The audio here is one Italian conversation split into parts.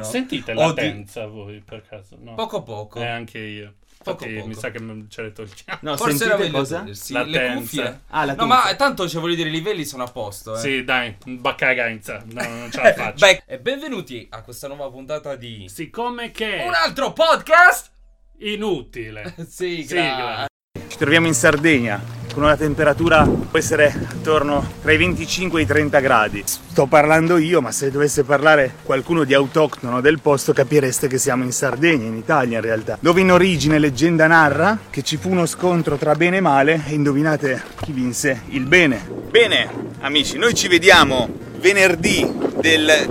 Sentite latenza voi per caso? No. Poco. Anche io. Infatti Poco. mi sa che ce le togliamo. No, Forse era sentite meglio cosa? togliersi Latenza. le cuffie. Ah, la No, ma tanto voglio dire, i livelli sono a posto. Sì, dai, baccaganza. No, non ce la faccio. Beh, e benvenuti a questa nuova puntata di Siccome che un altro podcast. inutile. Sigla. Ci troviamo in Sardegna con una temperatura può essere attorno tra i 25 e i 30 gradi. Sto parlando io, ma se dovesse parlare qualcuno di autoctono del posto capireste che siamo in Sardegna, in Italia in realtà, dove in origine leggenda narra che ci fu uno scontro tra bene e male e indovinate chi vinse? Il bene. Bene, amici, noi ci vediamo venerdì del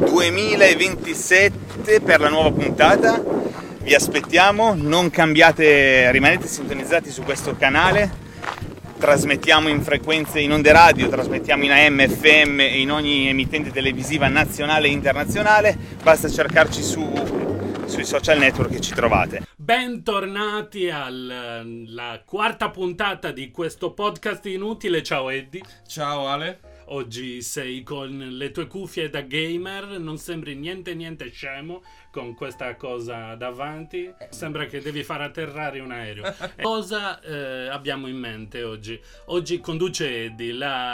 2027 per la nuova puntata. Vi aspettiamo, non cambiate, rimanete sintonizzati su questo canale. Trasmettiamo in frequenze in onde radio, trasmettiamo in AM, FM e in ogni emittente televisiva nazionale e internazionale. Basta cercarci sui social network che ci trovate. Bentornati alla quarta puntata di questo podcast inutile. Ciao Eddie. Ciao Ale. Oggi sei con le tue cuffie da gamer, non sembri niente scemo con questa cosa davanti. Sembra che devi far atterrare un aereo. Cosa abbiamo in mente oggi? Oggi conduce Eddie,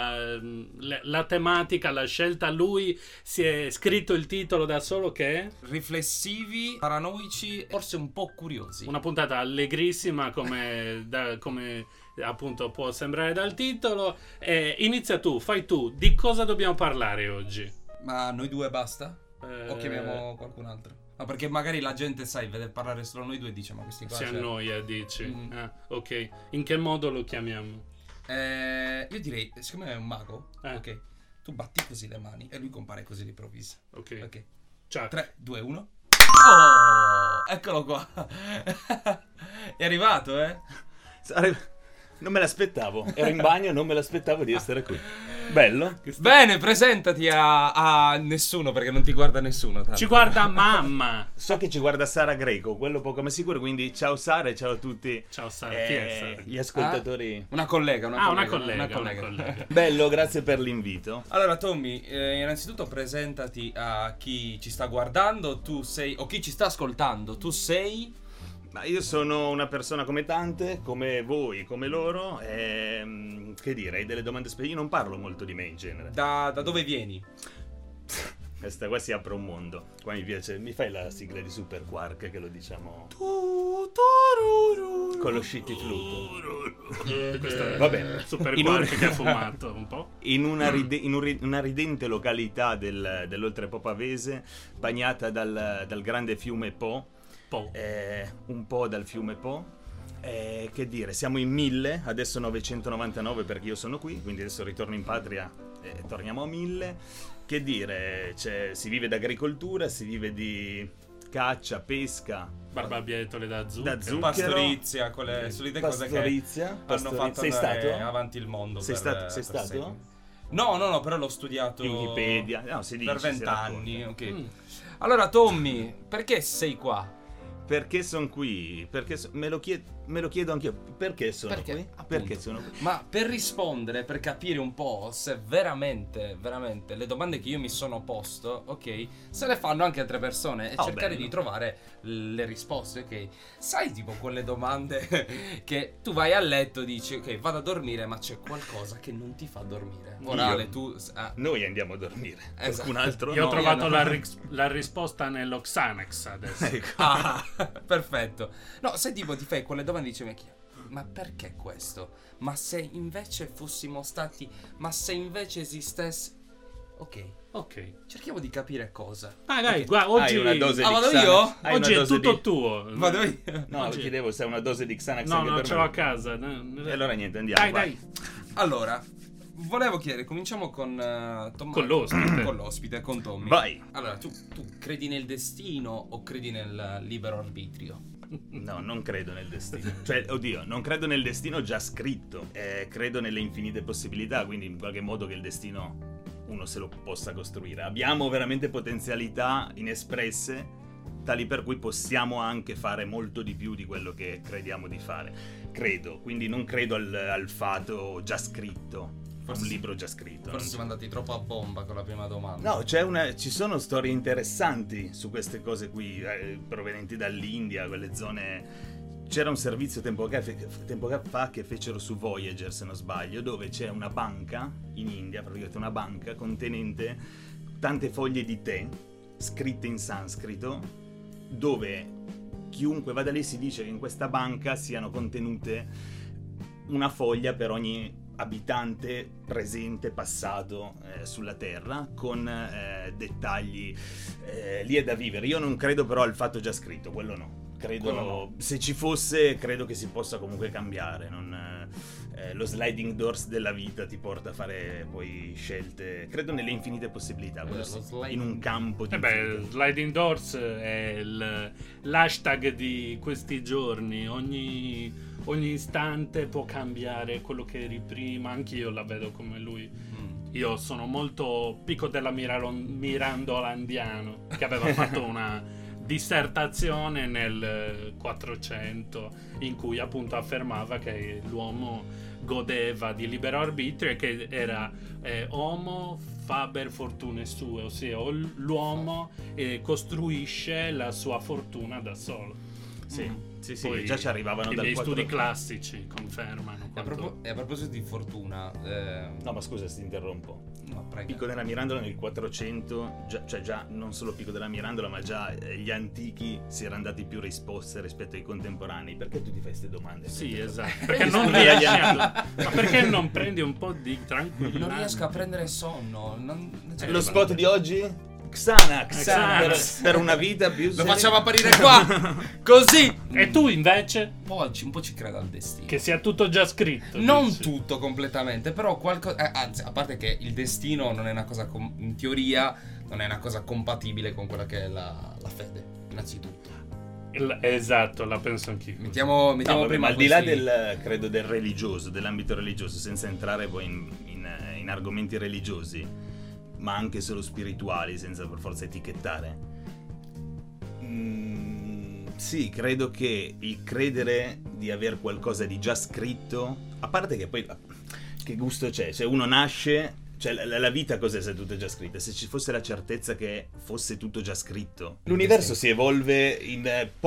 la tematica, la scelta. Lui si è scritto il titolo da solo che è Riflessivi, paranoici, forse un po' curiosi. una puntata allegrissima come appunto può sembrare dal titolo. Inizia tu, fai tu. Di cosa dobbiamo parlare oggi? Ma noi due basta? O chiamiamo qualcun altro? No, perché magari la gente, sai, vede parlare solo noi due e dice ma questi qua... Si cioè... annoia, dici. Mm. Ok. In che modo lo chiamiamo? Io direi, siccome è un mago, Eh. ok, tu batti così le mani e lui compare così all'improvviso. Ok. Ok. Ciao. 3, 2, 1. Oh! Eccolo qua. È arrivato, Non me l'aspettavo, ero in bagno, non me l'aspettavo di essere qui. Bello. Bene, presentati a nessuno perché non ti guarda nessuno. Tanto. Ci guarda mamma. So che ci guarda Sara Greco, quello poco ma sicuro, quindi ciao Sara e ciao a tutti Ciao Sara, chi è Sara? gli ascoltatori. Una collega. Una collega. Bello, grazie per l'invito. Allora Tommy, innanzitutto presentati a chi ci sta guardando, tu sei, o chi ci sta ascoltando, tu sei... Ma io sono una persona come tante, come voi, come loro, che dire, hai delle domande io non parlo molto di me in genere. Da dove vieni? Questa qua si apre un mondo. Qua mi piace, mi fai la sigla di Super Quark che lo diciamo con lo shitty flute. Va bene. Super In Quark un- che ha fumato un po'. In una ridente località dell'Oltrepo Pavese, bagnata dal grande fiume Po. Un po' dal fiume Po. Che dire, siamo in 1000, adesso 999 perché io sono qui, quindi adesso ritorno in patria e torniamo a 1000. Che dire, si vive d'agricoltura, si vive di caccia, pesca, Barbabietole da zucchero. Pastorizia, quelle solite cose che hanno fatto Sei andare stato? avanti il mondo. Sei per stato? secoli. No, però l'ho studiato In Wikipedia, no, si dice, per si 20 anni, ok. Mm. Allora Tommy, perché sei qua? Perché sono qui? Me lo chiedo anch'io. Perché sono qui? Appunto. Perché sono qui? Ma per rispondere, per capire un po' se veramente le domande che io mi sono posto, ok, se le fanno anche altre persone e cercare bello. di trovare le risposte, ok? Sai tipo quelle domande che tu vai a letto, dici ok, vado a dormire, ma c'è qualcosa che non ti fa dormire. Morale, tu... Noi andiamo a dormire. Esatto. Qualcun altro Io no. ho trovato no. la risposta nello Xanax adesso. Ah, perfetto. No, se tipo ti fai quelle domande dici ma perché questo? Ma se invece fossimo stati... Ma se invece esistesse... Ok, cerchiamo di capire cosa. Dai, Ok. guarda, oggi Hai una dose di vado Xanax? io? Hai oggi una è dose tutto di... tuo. Vado io? No, Oggi- chiedevo se hai una dose di Xanax No, anche no, per ce me. l'ho a casa. E allora niente, andiamo. Dai. Allora, volevo chiedere, cominciamo con Con l'ospite. Con l'ospite, con Tommy. Vai. Allora, tu credi nel destino o credi nel libero arbitrio? No, non credo nel destino. Cioè, oddio, non credo nel destino già scritto. Credo nelle infinite possibilità, quindi in qualche modo che il destino uno se lo possa costruire. Abbiamo veramente potenzialità inespresse, tali per cui possiamo anche fare molto di più di quello che crediamo di fare. Credo, quindi non credo al fatto già scritto. un libro già scritto. Forse siamo andati troppo a bomba con la prima domanda. No, ci sono storie interessanti su queste cose qui, provenienti dall'India, quelle zone. C'era un servizio tempo fa che fecero su Voyager, se non sbaglio, dove c'è una banca in India, praticamente una banca contenente tante foglie di tè scritte in sanscrito, dove chiunque vada lì si dice che in questa banca siano contenute una foglia per ogni abitante presente, passato sulla Terra, con dettagli. Lì è da vivere. Io non credo però al fatto già scritto, quello no. Credo, se ci fosse, credo che si possa comunque cambiare. Lo sliding doors della vita ti porta a fare poi scelte. Credo nelle infinite possibilità. In un campo di. Sliding doors è l'hashtag di questi giorni. Ogni istante può cambiare quello che eri prima. Anch'io la vedo come lui. Io sono molto Pico della Mirandolandiano, che aveva fatto una dissertazione nel 400 in cui appunto affermava che l'uomo godeva di libero arbitrio e che era homo faber fortune sue, ossia l'uomo costruisce la sua fortuna da solo. Sì, Poi già ci arrivavano dal miei studi classici confermano. E a proposito di fortuna, no, ma scusa se ti interrompo. No, prego. Pico della Mirandola nel 400, già non solo Pico della Mirandola, ma già gli antichi si erano dati più risposte rispetto ai contemporanei. Perché tu ti fai queste domande? Sì, esatto. Perché non riesci ma perché non prendi un po' di tranquillità? Non riesco a prendere sonno. Lo spot di oggi? Xanax. Per una vita più lo facciamo apparire qua così. E tu invece? Un po' ci credo al destino. Che sia tutto già scritto. Non dici. Tutto completamente, però qualcosa. Anzi, a parte che il destino non è una cosa in teoria non è una cosa compatibile con quella che è la fede, innanzitutto. Esatto, la penso anch'io. Mettiamo prima al di là del credo del religioso, dell'ambito religioso, senza entrare poi in argomenti religiosi, ma anche solo spirituali, senza per forza etichettare. Sì, credo che il credere di aver qualcosa di già scritto, a parte che poi che gusto c'è? Cioè uno nasce, cioè la vita cos'è se tutto è già scritto? Se ci fosse la certezza che fosse tutto già scritto. L'universo si evolve in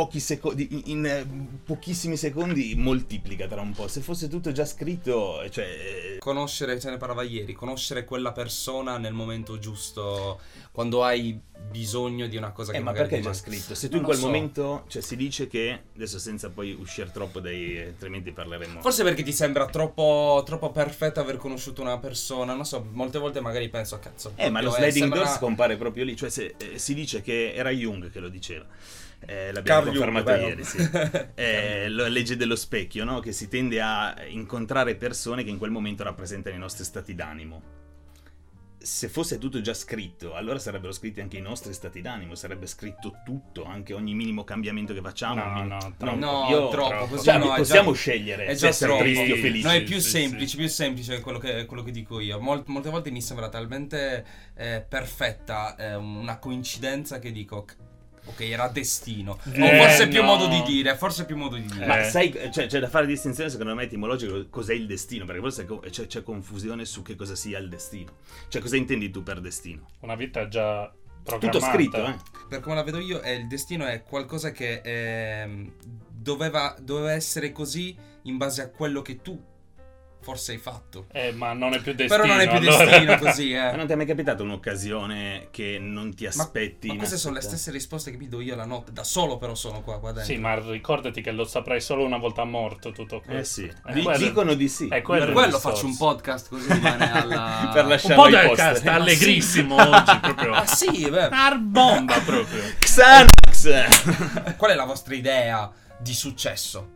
pochissimi secondi, moltiplica tra un po'. Se fosse tutto già scritto, cioè conoscere, ce ne parlava ieri, conoscere quella persona nel momento giusto, quando hai bisogno di una cosa che ma magari perché è già scritto? Se tu in quel momento, cioè si dice che, adesso senza poi uscire troppo altrimenti parleremo. Forse perché ti sembra troppo perfetto aver conosciuto una persona, non so, molte volte magari penso, cazzo. Ma lo sliding doors compare proprio lì, cioè si dice che era Jung che lo diceva. L'abbiamo confermato ieri, sì. La legge dello specchio, no? Che si tende a incontrare persone che in quel momento rappresentano i nostri stati d'animo. Se fosse tutto già scritto, allora sarebbero scritti anche i nostri stati d'animo, sarebbe scritto tutto, anche ogni minimo cambiamento che facciamo. No, troppo. Così cioè, no, possiamo scegliere se essere troppo. tristi o felici. No, è più semplice quello che dico io. Molte volte mi sembra talmente perfetta una coincidenza che dico ok, era destino. O forse più modo di dire, Ma sai, c'è da fare distinzione secondo me etimologica, cos'è il destino, perché forse c'è confusione su che cosa sia il destino. Cioè cosa intendi tu per destino? Una vita già programmata. Tutto scritto, Per come la vedo io, il destino è qualcosa che doveva essere così in base a quello che tu forse hai fatto. Ma non è più destino. Però non è più destino così, Ma non ti è mai capitata un'occasione che non ti aspetti? Ma queste sono le stesse risposte che mi do io la notte, da solo però sono qua dentro. Sì, ma ricordati che lo saprai solo una volta morto tutto questo. Sì. Dicono di sì. Per quello faccio un podcast così rimane alla... per lasciarlo un podcast allegrissimo oggi proprio. Ah sì, beh. Bomba proprio. Xanax. Qual è la vostra idea di successo?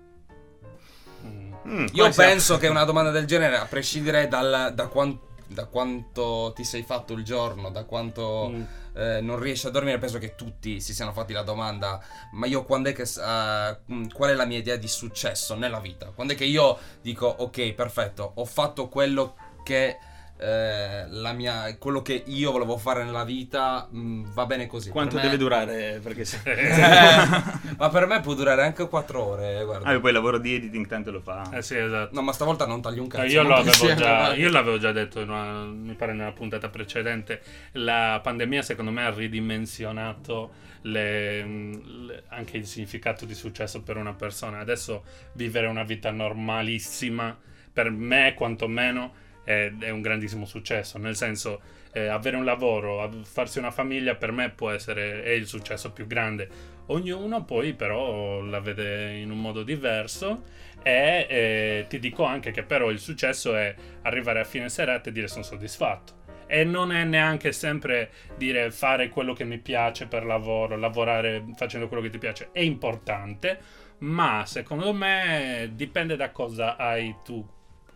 Io penso che una domanda del genere, a prescindere da quanto ti sei fatto il giorno, da quanto non riesci a dormire, penso che tutti si siano fatti la domanda: ma io quando è che qual è la mia idea di successo nella vita? Quando è che io dico ok, perfetto, ho fatto quello che quello che io volevo fare nella vita va bene così. Quanto Per me- deve durare? Perché ma per me può durare anche 4 ore, guarda. poi il lavoro di editing tanto lo fa. Sì, esatto. No, ma stavolta non taglio un cazzo. Io l'avevo già detto mi pare nella puntata precedente. La pandemia secondo me ha ridimensionato anche il significato di successo per una persona. Adesso vivere una vita normalissima per me quantomeno è un grandissimo successo, nel senso avere un lavoro, farsi una famiglia per me è il successo più grande. Ognuno poi però la vede in un modo diverso e ti dico anche che però il successo è arrivare a fine serata e dire sono soddisfatto. E non è neanche sempre dire fare quello che mi piace per lavoro, lavorare facendo quello che ti piace. È importante, ma secondo me dipende da cosa hai tu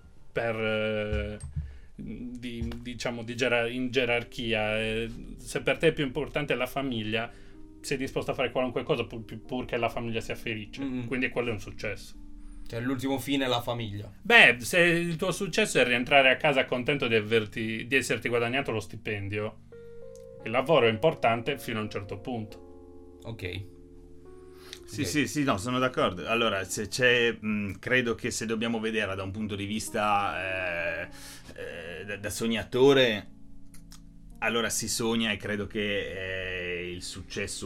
in gerarchia. Se per te è più importante la famiglia, sei disposto a fare qualunque cosa purché la famiglia sia felice. Quindi quello è un successo. Cioè l'ultimo fine è la famiglia. Beh, se il tuo successo è rientrare a casa contento di esserti guadagnato lo stipendio, il lavoro è importante fino a un certo punto. Ok. Sì, no, sono d'accordo. Allora, se c'è, credo che se dobbiamo vederla da un punto di vista da sognatore, allora si sogna e credo che il successo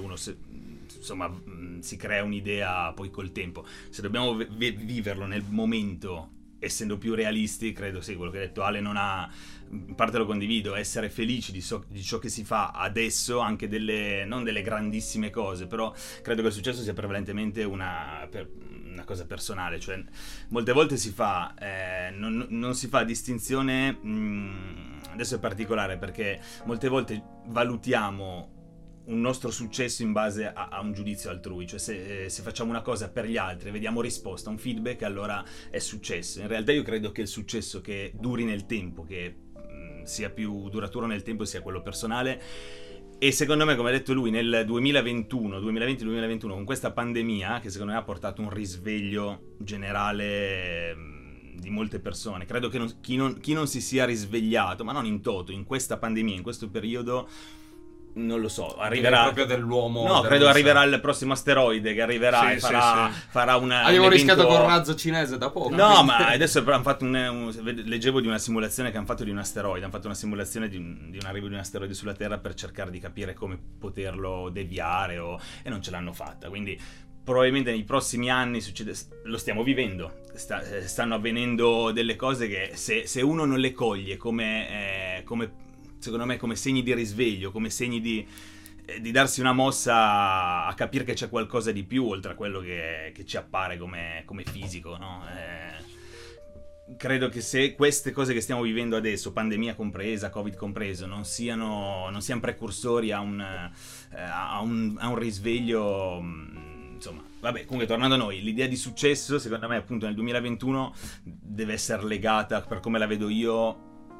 si crea un'idea poi col tempo. Se dobbiamo viverlo nel momento, essendo più realisti, credo sì, quello che ha detto Ale in parte lo condivido, essere felici di ciò che si fa adesso, anche non delle grandissime cose, però credo che il successo sia prevalentemente una cosa personale, cioè molte volte si fa non si fa distinzione, adesso è particolare perché molte volte valutiamo un nostro successo in base a un giudizio altrui, cioè se facciamo una cosa per gli altri, vediamo risposta, un feedback, allora è successo. In realtà io credo che il successo che duri nel tempo, che sia più duraturo nel tempo, sia quello personale. E secondo me, come ha detto lui, nel 2020-2021, con questa pandemia, che secondo me ha portato un risveglio generale di molte persone, credo che chi non si sia risvegliato, ma non in toto, in questa pandemia, in questo periodo, non lo so, arriverà proprio dell'uomo. No, credo arriverà il prossimo asteroide che arriverà e farà una. Abbiamo rischiato col razzo cinese da poco. No, ma adesso hanno fatto leggevo di una simulazione che hanno fatto di un asteroide, hanno fatto una simulazione di un arrivo di un asteroide sulla Terra per cercare di capire come poterlo deviare e non ce l'hanno fatta. Quindi probabilmente nei prossimi anni lo stiamo vivendo, stanno avvenendo delle cose che se uno non le coglie come secondo me come segni di risveglio, come segni di darsi una mossa a capire che c'è qualcosa di più oltre a quello che ci appare come fisico, no? Credo che se queste cose che stiamo vivendo adesso, pandemia compresa, Covid compreso, non siano precursori a un risveglio, insomma, vabbè, comunque tornando a noi, l'idea di successo secondo me appunto nel 2021 deve essere legata, per come la vedo io,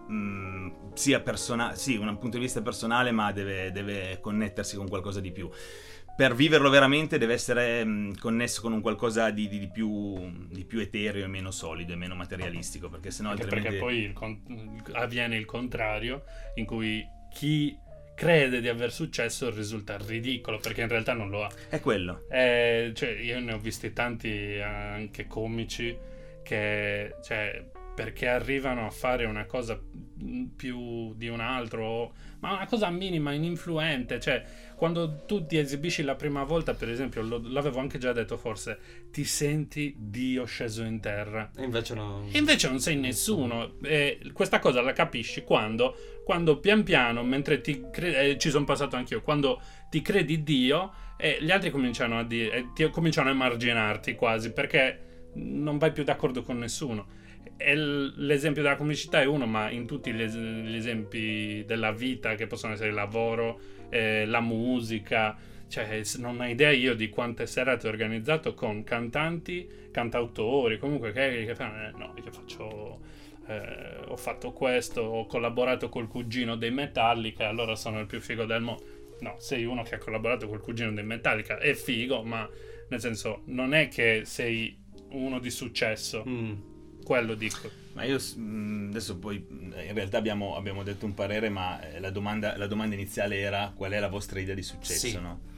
sia personale, sì, da un punto di vista personale, ma deve connettersi con qualcosa di più. Per viverlo veramente deve essere connesso con un qualcosa di più etereo e meno solido e meno materialistico, perché sennò altrimenti... Perché poi avviene il contrario, in cui chi crede di aver successo risulta ridicolo, perché in realtà non lo ha. È quello. Cioè, io ne ho visti tanti anche comici che, cioè, perché arrivano a fare una cosa più di un altro, ma una cosa minima, ininfluente, cioè quando tu ti esibisci la prima volta, per esempio, l'avevo anche già detto forse, ti senti Dio sceso in terra. E invece no. E invece non sei nessuno. E questa cosa la capisci quando pian piano, mentre ci sono passato anch'io, quando ti credi Dio, gli altri cominciano a emarginarti quasi, perché non vai più d'accordo con nessuno. E l'esempio della comicità è uno, ma in tutti gli esempi della vita, che possono essere il lavoro, la musica, cioè non ho idea io di quante serate ho organizzato con cantanti, cantautori, comunque che fanno no, io faccio ho fatto questo, ho collaborato col cugino dei Metallica, allora sono il più figo del mondo. No, sei uno che ha collaborato col cugino dei Metallica, è figo, ma nel senso non è che sei uno di successo. quello dico. Ma io adesso poi in realtà abbiamo detto un parere, ma la domanda iniziale era: qual è la vostra idea di successo, Sì. no?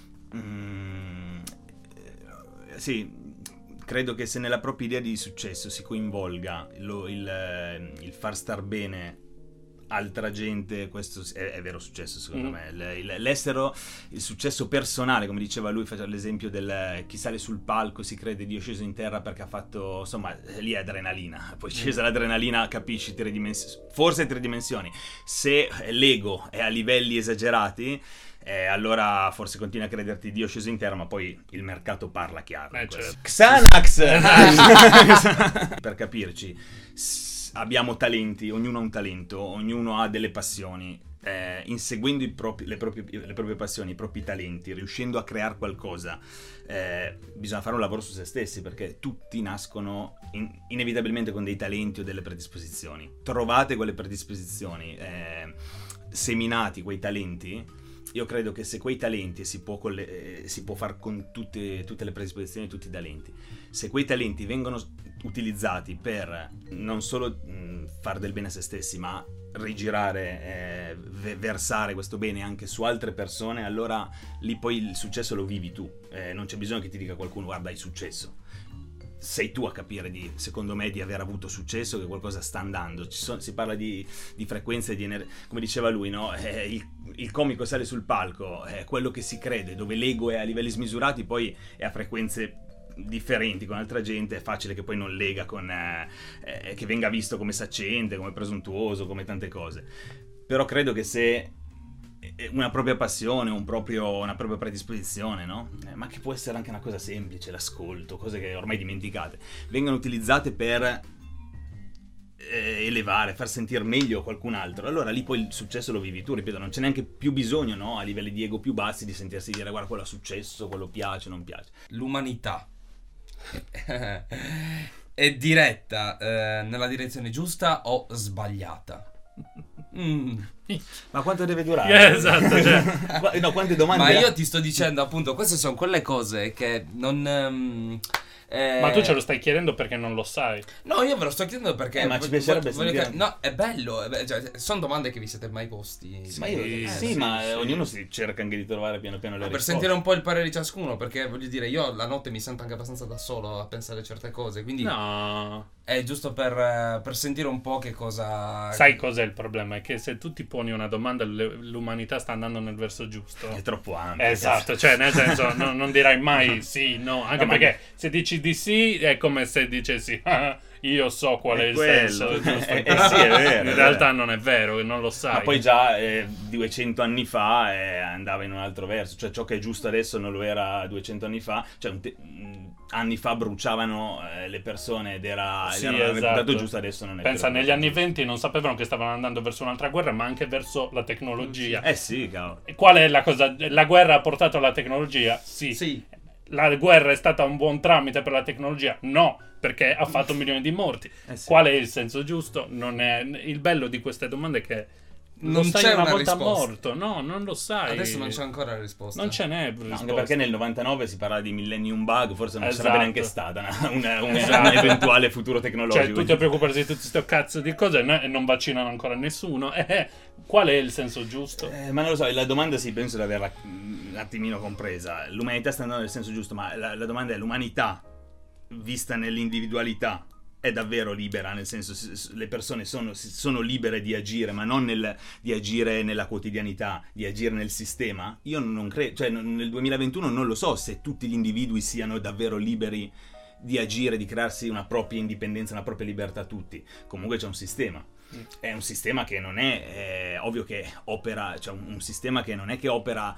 Sì, credo che se nella propria idea di successo si coinvolga il far star bene altra gente, questo è vero successo secondo me. L'estero, il successo personale, come diceva lui, faceva l'esempio del chi sale sul palco si crede Dio sceso in terra perché ha fatto, insomma, lì è adrenalina, poi scesa l'adrenalina capisci forse tre dimensioni. Se l'ego è a livelli esagerati, allora forse continui a crederti Dio sceso in terra, ma poi il mercato parla chiaro. Certo. Xanax! Per capirci, abbiamo talenti, ognuno ha un talento, ognuno ha delle passioni. Inseguendo le proprie passioni, i propri talenti, riuscendo a creare qualcosa, bisogna fare un lavoro su se stessi, perché tutti nascono inevitabilmente con dei talenti o delle predisposizioni. Trovate quelle predisposizioni, seminati quei talenti. Io credo che se quei talenti si può fare con tutte le predisposizioni e tutti i talenti, se quei talenti vengono utilizzati per non solo far del bene a se stessi, ma rigirare, versare questo bene anche su altre persone, allora lì poi il successo lo vivi tu. Non c'è bisogno che ti dica qualcuno guarda hai successo. Sei tu a capire, secondo me, di aver avuto successo, che qualcosa sta andando. Si parla di frequenze, come diceva lui, no? Il comico sale sul palco, quello che si crede, dove l'ego è a livelli smisurati, poi è a frequenze differenti con altra gente, è facile che poi non lega con che venga visto come saccente, come presuntuoso, come tante cose. Però credo che se una propria passione, una propria predisposizione, no? Ma che può essere anche una cosa semplice, l'ascolto, cose che ormai dimenticate, vengono utilizzate per elevare, far sentire meglio qualcun altro, allora lì poi il successo lo vivi tu, ripeto, non c'è neanche più bisogno, no? A livelli di ego più bassi, di sentirsi dire guarda quello ha successo, quello piace, non piace. L'umanità è diretta nella direzione giusta o sbagliata? Ma quanto deve durare? Esatto, cioè. No, quante domande? Ma io ti sto dicendo appunto, queste sono quelle cose che non Ma tu ce lo stai chiedendo perché non lo sai. No, io ve lo sto chiedendo perché ma ci piacerebbe sentire. No, è bello, cioè, sono domande che vi siete mai posti. Ma io, sì, ognuno si cerca anche di trovare piano piano le per risposte. sentire un po' il parere di ciascuno, perché voglio dire, io la notte mi sento anche abbastanza da solo a pensare certe cose, quindi No. è giusto per sentire un po' che cosa. Sai cos'è il problema? È che se tu ti poni una domanda, l'umanità sta andando nel verso giusto. È troppo ampio. Esatto, cioè nel senso non dirai mai sì, no, anche perché se dici di sì è come se dicessi io so qual è il senso, giusto? Sì, è vero. In realtà non è vero, non lo sai. Ma poi già 200 anni fa andava in un altro verso, cioè ciò che è giusto adesso non lo era 200 anni fa, cioè anni fa bruciavano le persone ed era reputato giusto, adesso non è. Pensa, negli anni 20 non sapevano che stavano andando verso un'altra guerra, ma anche verso la tecnologia. Sì, cavolo. Qual è la cosa? La guerra ha portato alla tecnologia? Sì. La guerra è stata un buon tramite per la tecnologia? No, perché ha fatto milioni di morti. Sì. Qual è il senso giusto? Non è il bello di queste domande è che non sai c'è una una volta risposta. morto. No, non lo sai. Adesso non c'è ancora la risposta. Non ce n'è risposta. Anche perché nel 99 si parlava di millennium bug, forse non Esatto. sarebbe neanche stata un eventuale futuro tecnologico. Cioè, tutti a preoccuparsi di tutti sto cazzo di cose e non vaccinano ancora nessuno. Qual è il senso giusto? Ma non lo so, la domanda sì, penso di averla un attimino compresa. L'umanità sta andando nel senso giusto, ma la domanda è: l'umanità vista nell'individualità è davvero libera? Nel senso, le persone sono libere di agire, ma non di agire nella quotidianità, di agire nel sistema? Io non credo, cioè nel 2021 non lo so se tutti gli individui siano davvero liberi di agire, di crearsi una propria indipendenza, una propria libertà tutti. Comunque c'è un sistema. È un sistema che non è ovvio che opera, cioè un sistema che non è che opera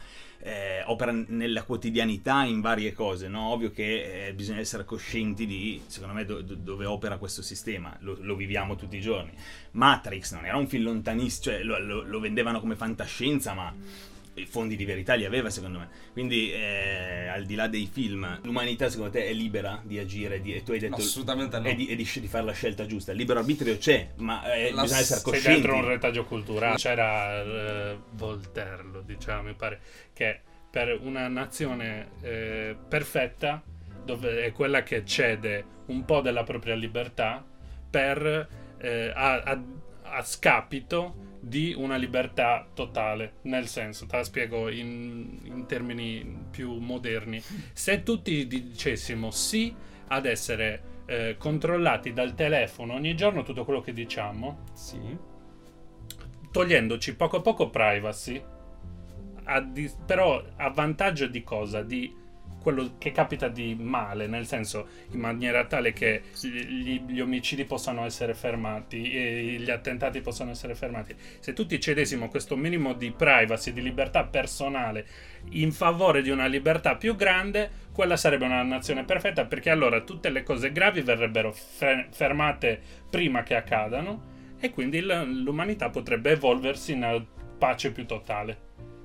nella quotidianità in varie cose, no? Ovvio che bisogna essere coscienti di, secondo me, dove opera questo sistema. Lo viviamo tutti i giorni. Matrix non era un film lontanissimo, cioè lo vendevano come fantascienza, ma i fondi di verità li aveva, secondo me. Quindi al di là dei film, l'umanità secondo te è libera di agire, e tu hai detto assolutamente no, e di fare la scelta giusta. Il libero arbitrio c'è, ma bisogna essere sei coscienti. dentro un retaggio culturale. C'era Voltaire, lo diceva, mi pare, che per una nazione perfetta, dove è quella che cede un po' della propria libertà, per a scapito di una libertà totale. Nel senso, te la spiego in termini più moderni. Se tutti dicessimo sì ad essere controllati dal telefono ogni giorno tutto quello che diciamo, Sì. togliendoci poco a poco privacy, però a vantaggio di cosa? Di quello che capita di male, nel senso, in maniera tale che gli omicidi possano essere fermati e gli attentati possano essere fermati. Se tutti cedessimo questo minimo di privacy, di libertà personale in favore di una libertà più grande, quella sarebbe una nazione perfetta, perché allora tutte le cose gravi verrebbero fermate prima che accadano e quindi l'umanità potrebbe evolversi in una pace più totale.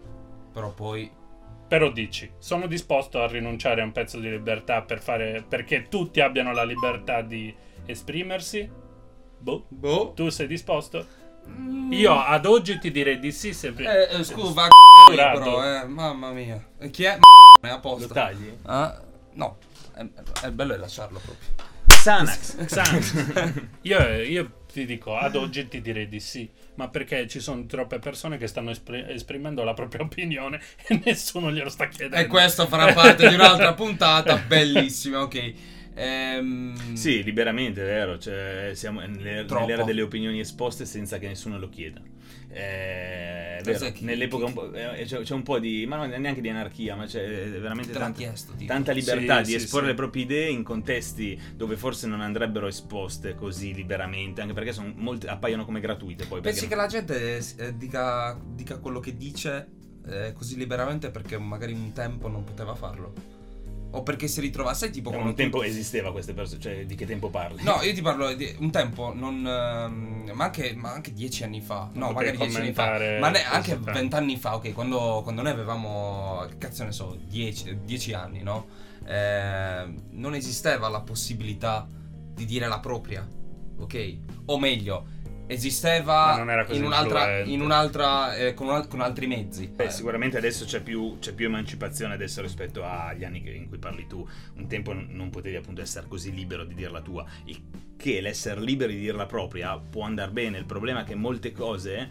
Però dici, sono disposto a rinunciare a un pezzo di libertà perché tutti abbiano la libertà di esprimersi? Boh. Tu sei disposto? Io ad oggi ti direi di sì. Scusa, però, mamma mia. Chi è? È a posto. Lo tagli? No, è bello lasciarlo proprio. Xanax. Io ti dico, ad oggi ti direi di sì, ma perché ci sono troppe persone che stanno esprimendo la propria opinione e nessuno glielo sta chiedendo. E questo farà parte di un'altra puntata bellissima, ok. Sì, liberamente, è vero, cioè, siamo nell'era delle opinioni esposte senza che nessuno lo chieda. È vero, nell'epoca c'è un po' di, ma non neanche di anarchia, ma c'è veramente tanta libertà di esporre le proprie idee in contesti dove forse non andrebbero esposte così liberamente, anche perché appaiono come gratuite. Poi pensi che la gente dica quello che dice così liberamente perché magari un tempo non poteva farlo? O perché si ritrova, sai, tipo un tempo esisteva queste persone, cioè di che tempo parli? No, io ti parlo di un tempo, ma anche 10 anni fa. No, magari 10 anni fa. Ma anche 20 anni fa, ok, quando noi avevamo, che cazzo ne so, 10 anni, no? Non esisteva la possibilità di dire la propria, ok? O meglio, esisteva in un'altra con altri mezzi. Sicuramente adesso c'è più emancipazione adesso rispetto agli anni in cui parli tu. Un tempo non potevi appunto essere così libero di dire la tua, che l'essere liberi di dire la propria può andare bene. Il problema è che molte cose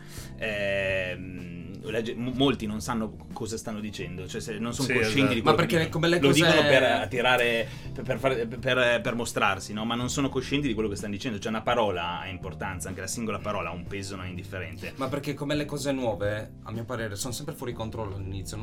molti non sanno cosa stanno dicendo, cioè non sono coscienti di quello che dicono. Come le cose... Lo dicono per attirare, per mostrarsi, no? Ma non sono coscienti di quello che stanno dicendo. Cioè una parola ha importanza, anche la singola parola ha un peso non indifferente. Ma perché come le cose nuove, a mio parere, sono sempre fuori controllo all'inizio.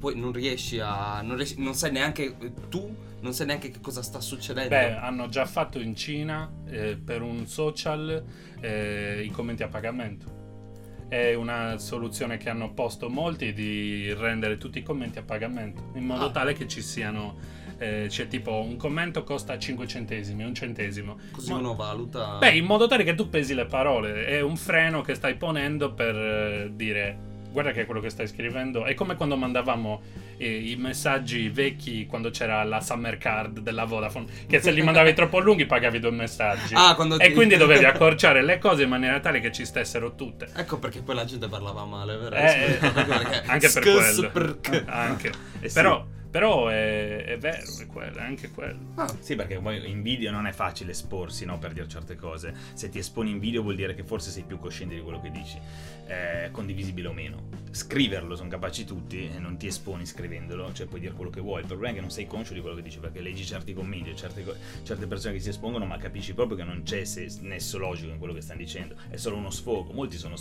Non sai neanche che cosa sta succedendo. Beh, hanno già fatto in Cina per un social i commenti a pagamento. È una soluzione che hanno posto molti, di rendere tutti i commenti a pagamento, in modo tale che ci siano c'è tipo un commento costa 5 centesimi, 1 centesimo. Così uno valuta. Beh, in modo tale che tu pesi le parole. È un freno che stai ponendo per dire: guarda che quello che stai scrivendo è come quando mandavamo i messaggi vecchi, quando c'era la Summer Card della Vodafone, che se li mandavi troppo lunghi pagavi 2 messaggi. Quindi dovevi accorciare le cose in maniera tale che ci stessero tutte. Ecco perché poi la gente parlava male, vero? Anche per quello. Anche. Però è vero, è anche quello. Sì, perché poi in video non è facile esporsi, no, per dire certe cose. Se ti esponi in video vuol dire che forse sei più cosciente di quello che dici, condivisibile o meno. Scriverlo sono capaci tutti e non ti esponi scrivendolo, cioè puoi dire quello che vuoi. Il problema è che non sei conscio di quello che dici, perché leggi certi commenti, certe persone che si espongono, ma capisci proprio che non c'è nesso logico in quello che stanno dicendo, è solo uno sfogo. Molti sono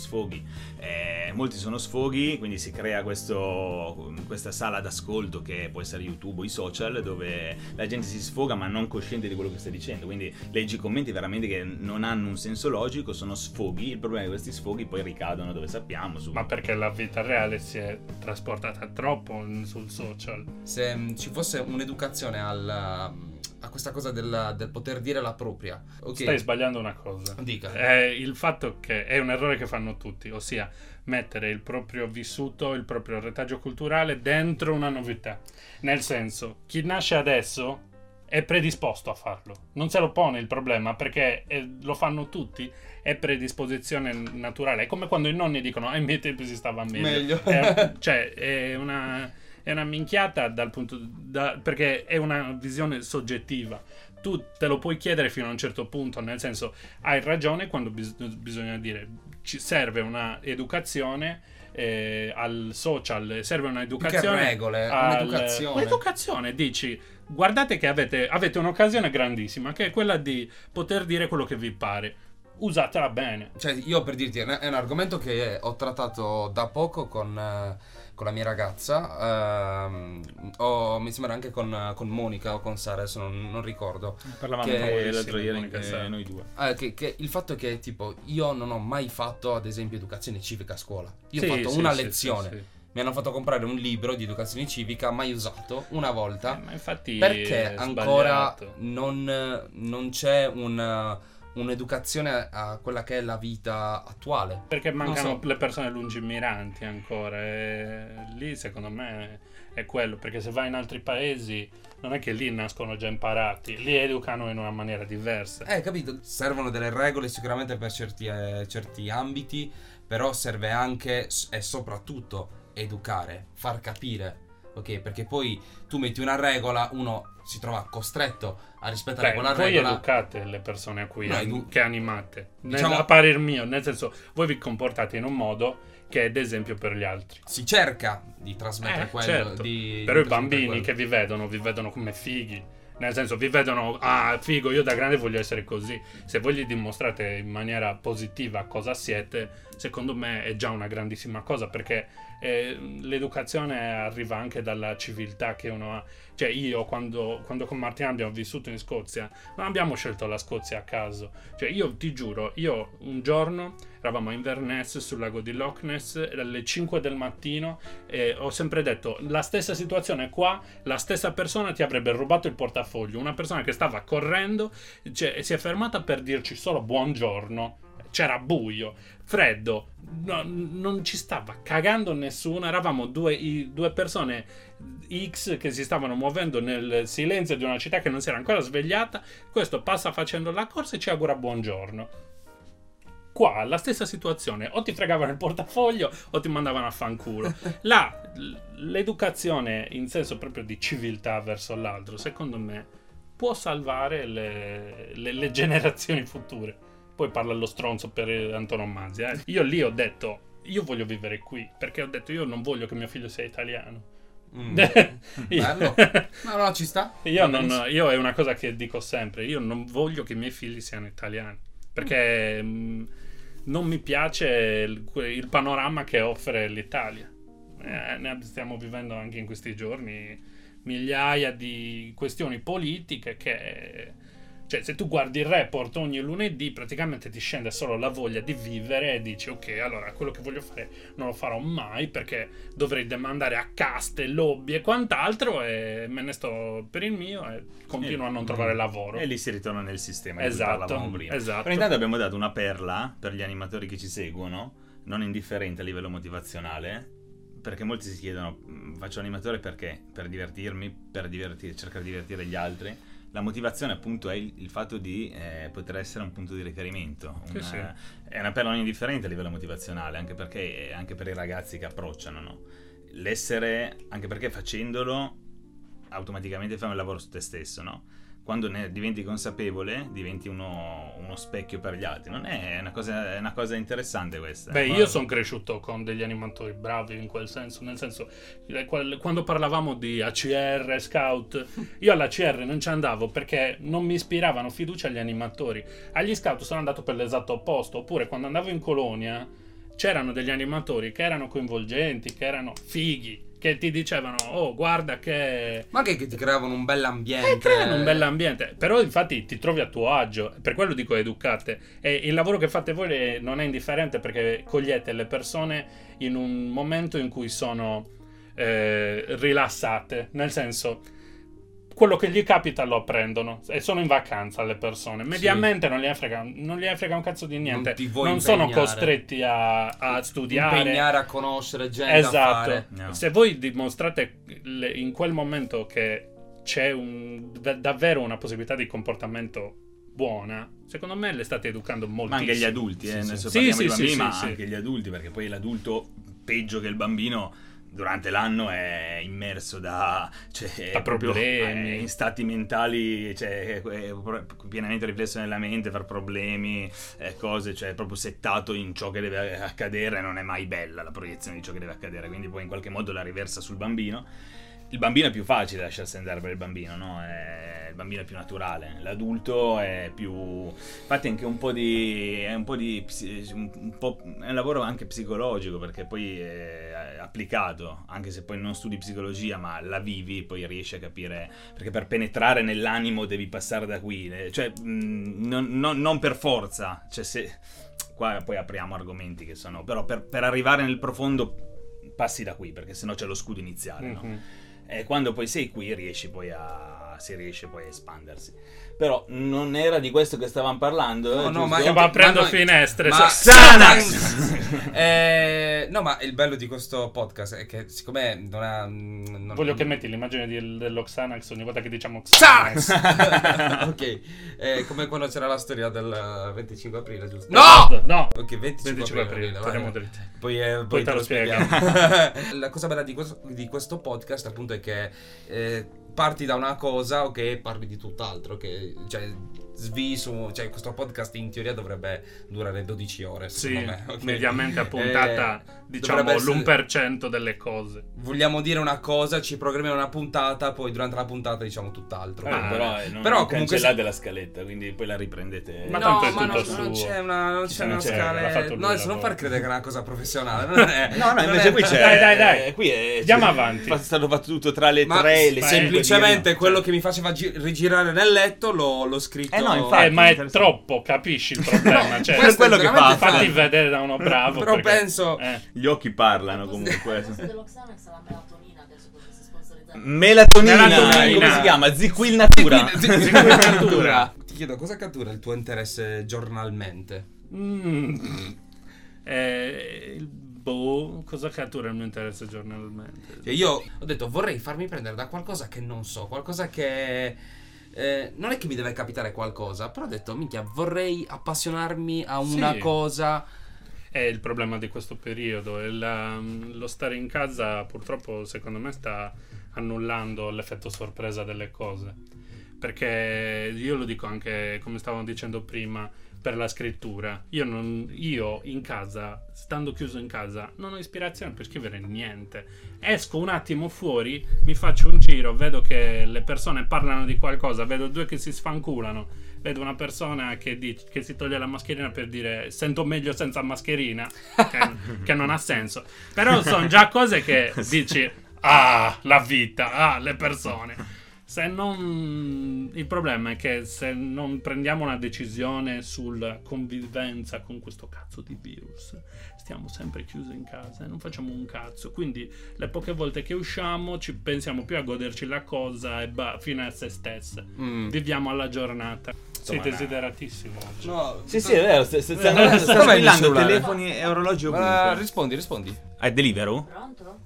sfoghi, quindi si crea questa sala d'ascolto che può essere YouTube o i social, dove la gente si sfoga ma non cosciente di quello che sta dicendo, quindi leggi commenti veramente che non hanno un senso logico, sono sfoghi. Il problema è che questi sfoghi poi ricadono dove sappiamo, ma perché la vita reale si è trasportata troppo sul social. Se ci fosse un'educazione a questa cosa del poter dire la propria, okay. Stai sbagliando una cosa. Dica. È il fatto che è un errore che fanno tutti, ossia mettere il proprio vissuto, il proprio retaggio culturale dentro una novità. Nel senso, chi nasce adesso è predisposto a farlo, non se lo pone il problema, perché lo fanno tutti, è predisposizione naturale. È come quando i nonni dicono ai miei tempi si stava meglio. Cioè è è una minchiata perché è una visione soggettiva. Tu te lo puoi chiedere fino a un certo punto, nel senso, hai ragione quando bisogna dire ci serve una educazione al social, serve un'educazione, che regole, un'educazione. Un'educazione, dici, guardate che avete un'occasione grandissima, che è quella di poter dire quello che vi pare. Usatela bene. Cioè, io per dirti, è un argomento che ho trattato da poco con la mia ragazza, mi sembra anche con Monica o con Sara, adesso non ricordo. Parlavamo l'altro ieri noi due. Che il fatto è che tipo io non ho mai fatto ad esempio educazione civica a scuola. Io ho fatto sì, una sì, lezione. sì. Mi hanno fatto comprare un libro di educazione civica mai usato una volta. Ma infatti perché ancora sbagliato. non c'è un'educazione a quella che è la vita attuale. Perché mancano le persone lungimiranti ancora. E lì secondo me è quello. Perché se vai in altri paesi non è che lì nascono già imparati, li educano in una maniera diversa. Capito? Servono delle regole sicuramente per certi ambiti, però serve anche e soprattutto educare, far capire. Ok, perché poi tu metti una regola, uno si trova costretto a rispettare quella voi regola. Voi educate le persone a cui che animate, diciamo, a parer mio, nel senso, voi vi comportate in un modo che è d'esempio per gli altri. Si cerca di trasmettere quello. Certo. Però i bambini che vi vedono come fighi. Nel senso, vi vedono, figo, io da grande voglio essere così. Se voi gli dimostrate in maniera positiva cosa siete, secondo me è già una grandissima cosa, perché l'educazione arriva anche dalla civiltà che uno ha. Cioè io quando con Martina abbiamo vissuto in Scozia, non abbiamo scelto la Scozia a caso. Cioè io ti giuro, un giorno eravamo a Inverness sul lago di Loch Ness alle 5 del mattino e ho sempre detto, la stessa situazione qua, la stessa persona ti avrebbe rubato il portafoglio, una persona che stava correndo, cioè, si è fermata per dirci solo buongiorno. C'era buio, freddo, non ci stava cagando nessuno, eravamo due persone X che si stavano muovendo nel silenzio di una città che non si era ancora svegliata. Questo passa facendo la corsa e ci augura buongiorno. Qua la stessa situazione, o ti fregavano il portafoglio o ti mandavano a fanculo. L'educazione in senso proprio di civiltà verso l'altro, secondo me, può salvare le generazioni future. Poi parla lo stronzo per antonomasia. Io lì ho detto, io voglio vivere qui, perché ho detto io non voglio che mio figlio sia italiano. Bello. No, ci sta. Io è una cosa che dico sempre, io non voglio che i miei figli siano italiani, perché non mi piace il panorama che offre l'Italia. Ne stiamo vivendo anche in questi giorni migliaia di questioni politiche che... Cioè, se tu guardi il report ogni lunedì, praticamente ti scende solo la voglia di vivere e dici, ok, allora quello che voglio fare non lo farò mai perché dovrei demandare a caste, lobby e quant'altro, e me ne sto per il mio e continuo a non trovare lavoro. E lì si ritorna nel sistema di cui parlavamo prima. Esatto. Però intanto abbiamo dato una perla per gli animatori che ci seguono, non indifferente a livello motivazionale, perché molti si chiedono, faccio animatore perché? Per divertirmi, cercare di divertire gli altri. La motivazione appunto è il fatto di poter essere un punto di riferimento. Sì. È una perla non indifferente a livello motivazionale, anche per i ragazzi che approcciano, no? Anche perché facendolo automaticamente fai un lavoro su te stesso, no? Quando ne diventi consapevole, diventi uno specchio per gli altri. Non è una cosa interessante questa. Io sono cresciuto con degli animatori bravi in quel senso, nel senso, quando parlavamo di ACR, Scout, io all'ACR non ci andavo perché non mi ispiravano fiducia agli animatori. Agli Scout sono andato per l'esatto opposto, oppure quando andavo in colonia c'erano degli animatori che erano coinvolgenti, che erano fighi, che ti dicevano, oh guarda che... Ma che ti creavano un bell'ambiente. Creano un bell'ambiente, però infatti ti trovi a tuo agio, per quello dico educate. E il lavoro che fate voi non è indifferente perché cogliete le persone in un momento in cui sono rilassate, nel senso... quello che gli capita lo apprendono e sono in vacanza le persone mediamente, non gli frega un cazzo di niente, non sono costretti a studiare, impegnare a conoscere gente, esatto, a fare. No. Se voi dimostrate in quel momento che c'è davvero una possibilità di comportamento buona, secondo me le state educando moltissimo. Ma anche gli adulti, sì. Parliamo di bambini, ma anche gli adulti, perché poi l'adulto peggio che il bambino durante l'anno è immerso da problemi, in stati mentali, pienamente riflesso nella mente, per problemi, cose, cioè è proprio settato in ciò che deve accadere, non è mai bella la proiezione di ciò che deve accadere, quindi poi in qualche modo la riversa sul bambino. Il bambino è più facile lasciarsi andare per il bambino, no? Il bambino è più naturale, l'adulto è più... Infatti anche è un lavoro anche psicologico, perché poi è applicato, anche se poi non studi psicologia ma la vivi, poi riesci a capire, perché per penetrare nell'animo devi passare da qui, cioè non per forza, cioè se... Qua poi apriamo argomenti che sono... Però per arrivare nel profondo passi da qui, perché sennò c'è lo scudo iniziale, no? E quando poi sei qui si riesce poi a espandersi. Però non era di questo che stavamo parlando. No, ma stiamo aprendo finestre. Xanax! No, ma il bello di questo podcast è che siccome voglio che metti l'immagine dello Xanax ogni volta che diciamo Xanax. Ok, come quando c'era la storia del 25 aprile, giusto? No! Ok, 25 aprile. Poi te lo spiego. La cosa bella di questo podcast appunto è che parti da una cosa, ok, parli di tutt'altro, che cioè sviso, cioè questo podcast in teoria dovrebbe durare 12 ore, secondo me. Okay? Mediamente a puntata, diciamo l'1% delle cose. Vogliamo dire una cosa, ci programmiamo una puntata, poi durante la puntata diciamo tutt'altro. Però non comunque cancellate la scaletta, quindi poi la riprendete. Ma tanto è tutto non c'è una scaletta. No, adesso non far credere che è una cosa professionale. No, invece qui c'è. Dai. Qui andiamo avanti. È stato fatto tutto tra le 3 e le 5. Semplicemente quello che mi faceva rigirare nel letto l'ho scritto. No, infatti, ma è troppo, capisci il problema? Cioè, è quello che fa. Fatti vedere da uno bravo. Però perché, penso. Gli occhi parlano comunque. dello Xanax la melatonina adesso potesse sponsorizzare. Melatonina. Come si chiama? Ziquil Natura. Ti chiedo, cosa cattura il tuo interesse giornalmente? Cosa cattura il mio interesse giornalmente? Io ho detto vorrei farmi prendere da qualcosa che non so, qualcosa che non è che mi deve capitare qualcosa, però ho detto minchia, vorrei appassionarmi a una cosa. È il problema di questo periodo, lo stare in casa purtroppo secondo me sta annullando l'effetto sorpresa delle cose, perché io lo dico anche come stavamo dicendo prima per la scrittura, io in casa, stando chiuso in casa, non ho ispirazione per scrivere niente. Esco un attimo fuori, mi faccio un giro, vedo che le persone parlano di qualcosa, vedo due che si sfanculano, vedo una persona che si toglie la mascherina per dire sento meglio senza mascherina, che non ha senso. Però sono già cose che dici la vita, le persone. Il problema è che se non prendiamo una decisione sulla convivenza con questo cazzo di virus, stiamo sempre chiusi in casa e non facciamo un cazzo. Quindi le poche volte che usciamo ci pensiamo più a goderci la cosa e fine a se stesse. Viviamo alla giornata. Sei desideratissimo oggi. No, sì, è vero. Sta squillando telefoni e orologi ovunque. Rispondi. È Deliveroo? Pronto?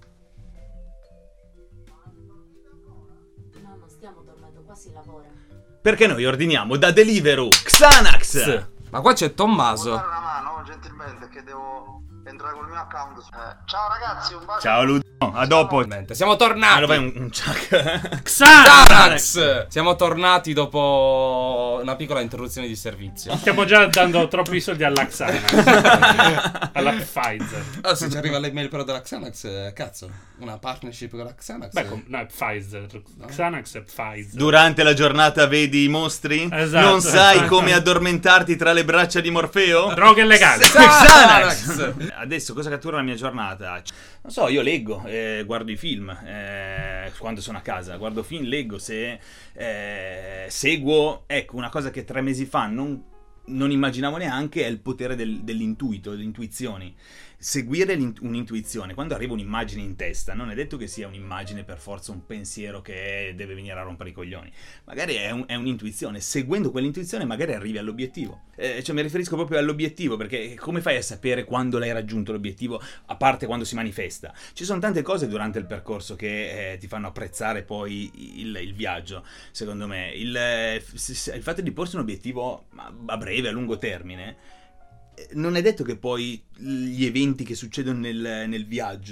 No, non stiamo dormendo, qua si lavora. Perché noi ordiniamo da Deliveroo Xanax. Ma qua c'è Tommaso. Può dare una mano gentilmente che devo entrare col mio account. Ciao ragazzi, un bacio. Ciao Ludo, a dopo. Siamo tornati. Allora fai un chuck. Xanax! Siamo tornati dopo una piccola interruzione di servizio. Stiamo già dando troppi soldi alla Xanax. Alla Pfizer. Se ci arriva l'email però della Xanax, cazzo, una partnership con la Xanax. No, è Pfizer. Xanax è Pfizer. Durante la giornata vedi i mostri? Esatto, non sai come addormentarti tra le braccia di Morfeo? Droghe illegali. Xanax! Adesso cosa cattura la mia giornata? Non so, io leggo, guardo i film, quando sono a casa, guardo film, leggo, se seguo, ecco, una cosa che 3 mesi fa non immaginavo neanche è il potere dell'intuito, delle intuizioni. Seguire un'intuizione, quando arriva un'immagine in testa, non è detto che sia un'immagine per forza, un pensiero che deve venire a rompere i coglioni. Magari è un'intuizione, seguendo quell'intuizione magari arrivi all'obiettivo. Cioè mi riferisco proprio all'obiettivo, perché come fai a sapere quando l'hai raggiunto l'obiettivo, a parte quando si manifesta? Ci sono tante cose durante il percorso che ti fanno apprezzare poi il viaggio, secondo me. Il fatto di porsi un obiettivo a breve, a lungo termine, non è detto che poi gli eventi che succedono nel viaggio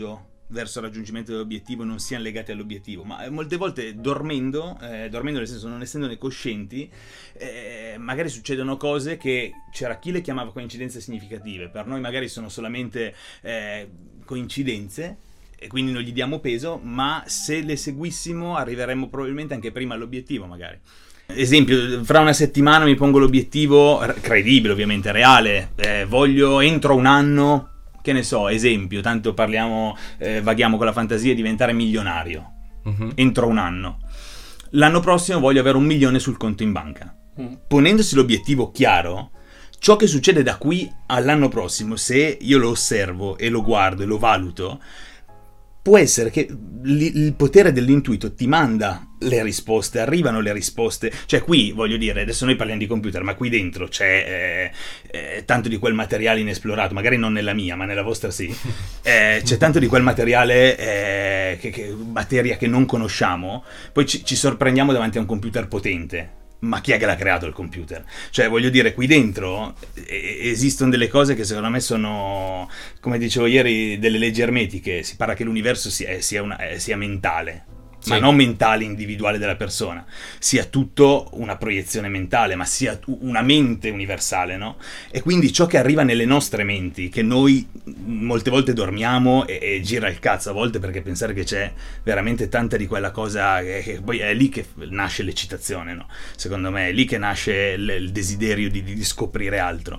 verso il raggiungimento dell'obiettivo non siano legati all'obiettivo, ma molte volte dormendo nel senso non essendone coscienti, magari succedono cose che c'era chi le chiamava coincidenze significative, per noi magari sono solamente coincidenze e quindi non gli diamo peso, ma se le seguissimo arriveremmo probabilmente anche prima all'obiettivo magari. Esempio, fra una settimana mi pongo l'obiettivo, credibile ovviamente, reale, voglio entro un anno, che ne so, esempio, tanto parliamo, vaghiamo con la fantasia, diventare milionario, entro un anno. L'anno prossimo voglio avere 1 milione sul conto in banca. Ponendosi l'obiettivo chiaro, ciò che succede da qui all'anno prossimo, se io lo osservo e lo guardo e lo valuto, può essere che il potere dell'intuito ti manda le risposte, arrivano le risposte, cioè qui voglio dire, adesso noi parliamo di computer, ma qui dentro c'è tanto di quel materiale inesplorato, magari non nella mia, ma nella vostra sì, c'è tanto di quel materiale, materia che non conosciamo, poi ci sorprendiamo davanti a un computer potente. Ma chi è che l'ha creato il computer? Cioè, voglio dire, qui dentro esistono delle cose che secondo me sono, come dicevo ieri, delle leggi ermetiche. Si parla che l'universo sia mentale, ma non mentale individuale della persona, sia tutto una proiezione mentale, ma sia una mente universale, no? E quindi ciò che arriva nelle nostre menti, che noi molte volte dormiamo e gira il cazzo a volte, perché pensare che c'è veramente tanta di quella cosa, che poi è lì che nasce l'eccitazione, no? Secondo me è lì che nasce il desiderio di scoprire altro.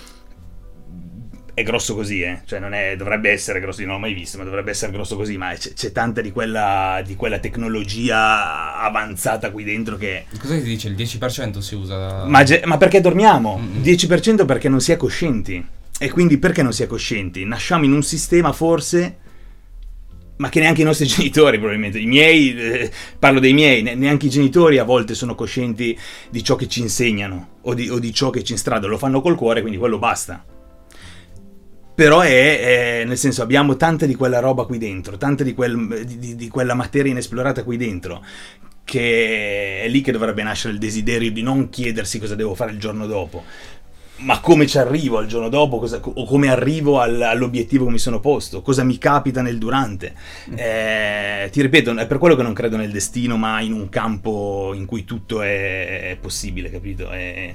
È grosso così, cioè dovrebbe essere grosso, io non l'ho mai visto, ma dovrebbe essere grosso così, ma c'è tanta di quella tecnologia avanzata qui dentro che... Cosa ti dice? Il 10% si usa... Ma perché dormiamo? 10% perché non si è coscienti. E quindi perché non si è coscienti? Nasciamo in un sistema forse, ma che neanche i nostri genitori probabilmente, i miei, parlo dei miei, neanche i genitori a volte sono coscienti di ciò che ci insegnano o di ciò che ci instradano, lo fanno col cuore, quindi quello basta. Però nel senso, abbiamo tanta di quella roba qui dentro, tanta di quella materia inesplorata qui dentro, che è lì che dovrebbe nascere il desiderio di non chiedersi cosa devo fare il giorno dopo, ma come ci arrivo al giorno dopo, o come arrivo all'obiettivo che mi sono posto, cosa mi capita nel durante. Ti ripeto, è per quello che non credo nel destino, ma in un campo in cui tutto è possibile, capito?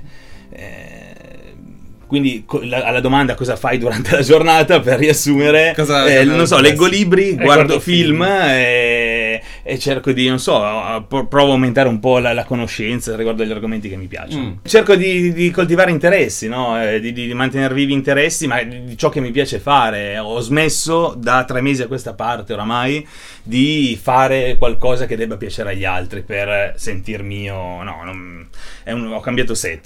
Quindi alla domanda cosa fai durante la giornata, per riassumere, non so, leggo libri, guardo film e cerco di, non so, provo a aumentare un po' la conoscenza riguardo agli argomenti che mi piacciono. Cerco di coltivare interessi, no? Di mantenere vivi interessi, ma di ciò che mi piace fare. Ho smesso da 3 mesi a questa parte oramai di fare qualcosa che debba piacere agli altri per sentir mio. Ho cambiato set.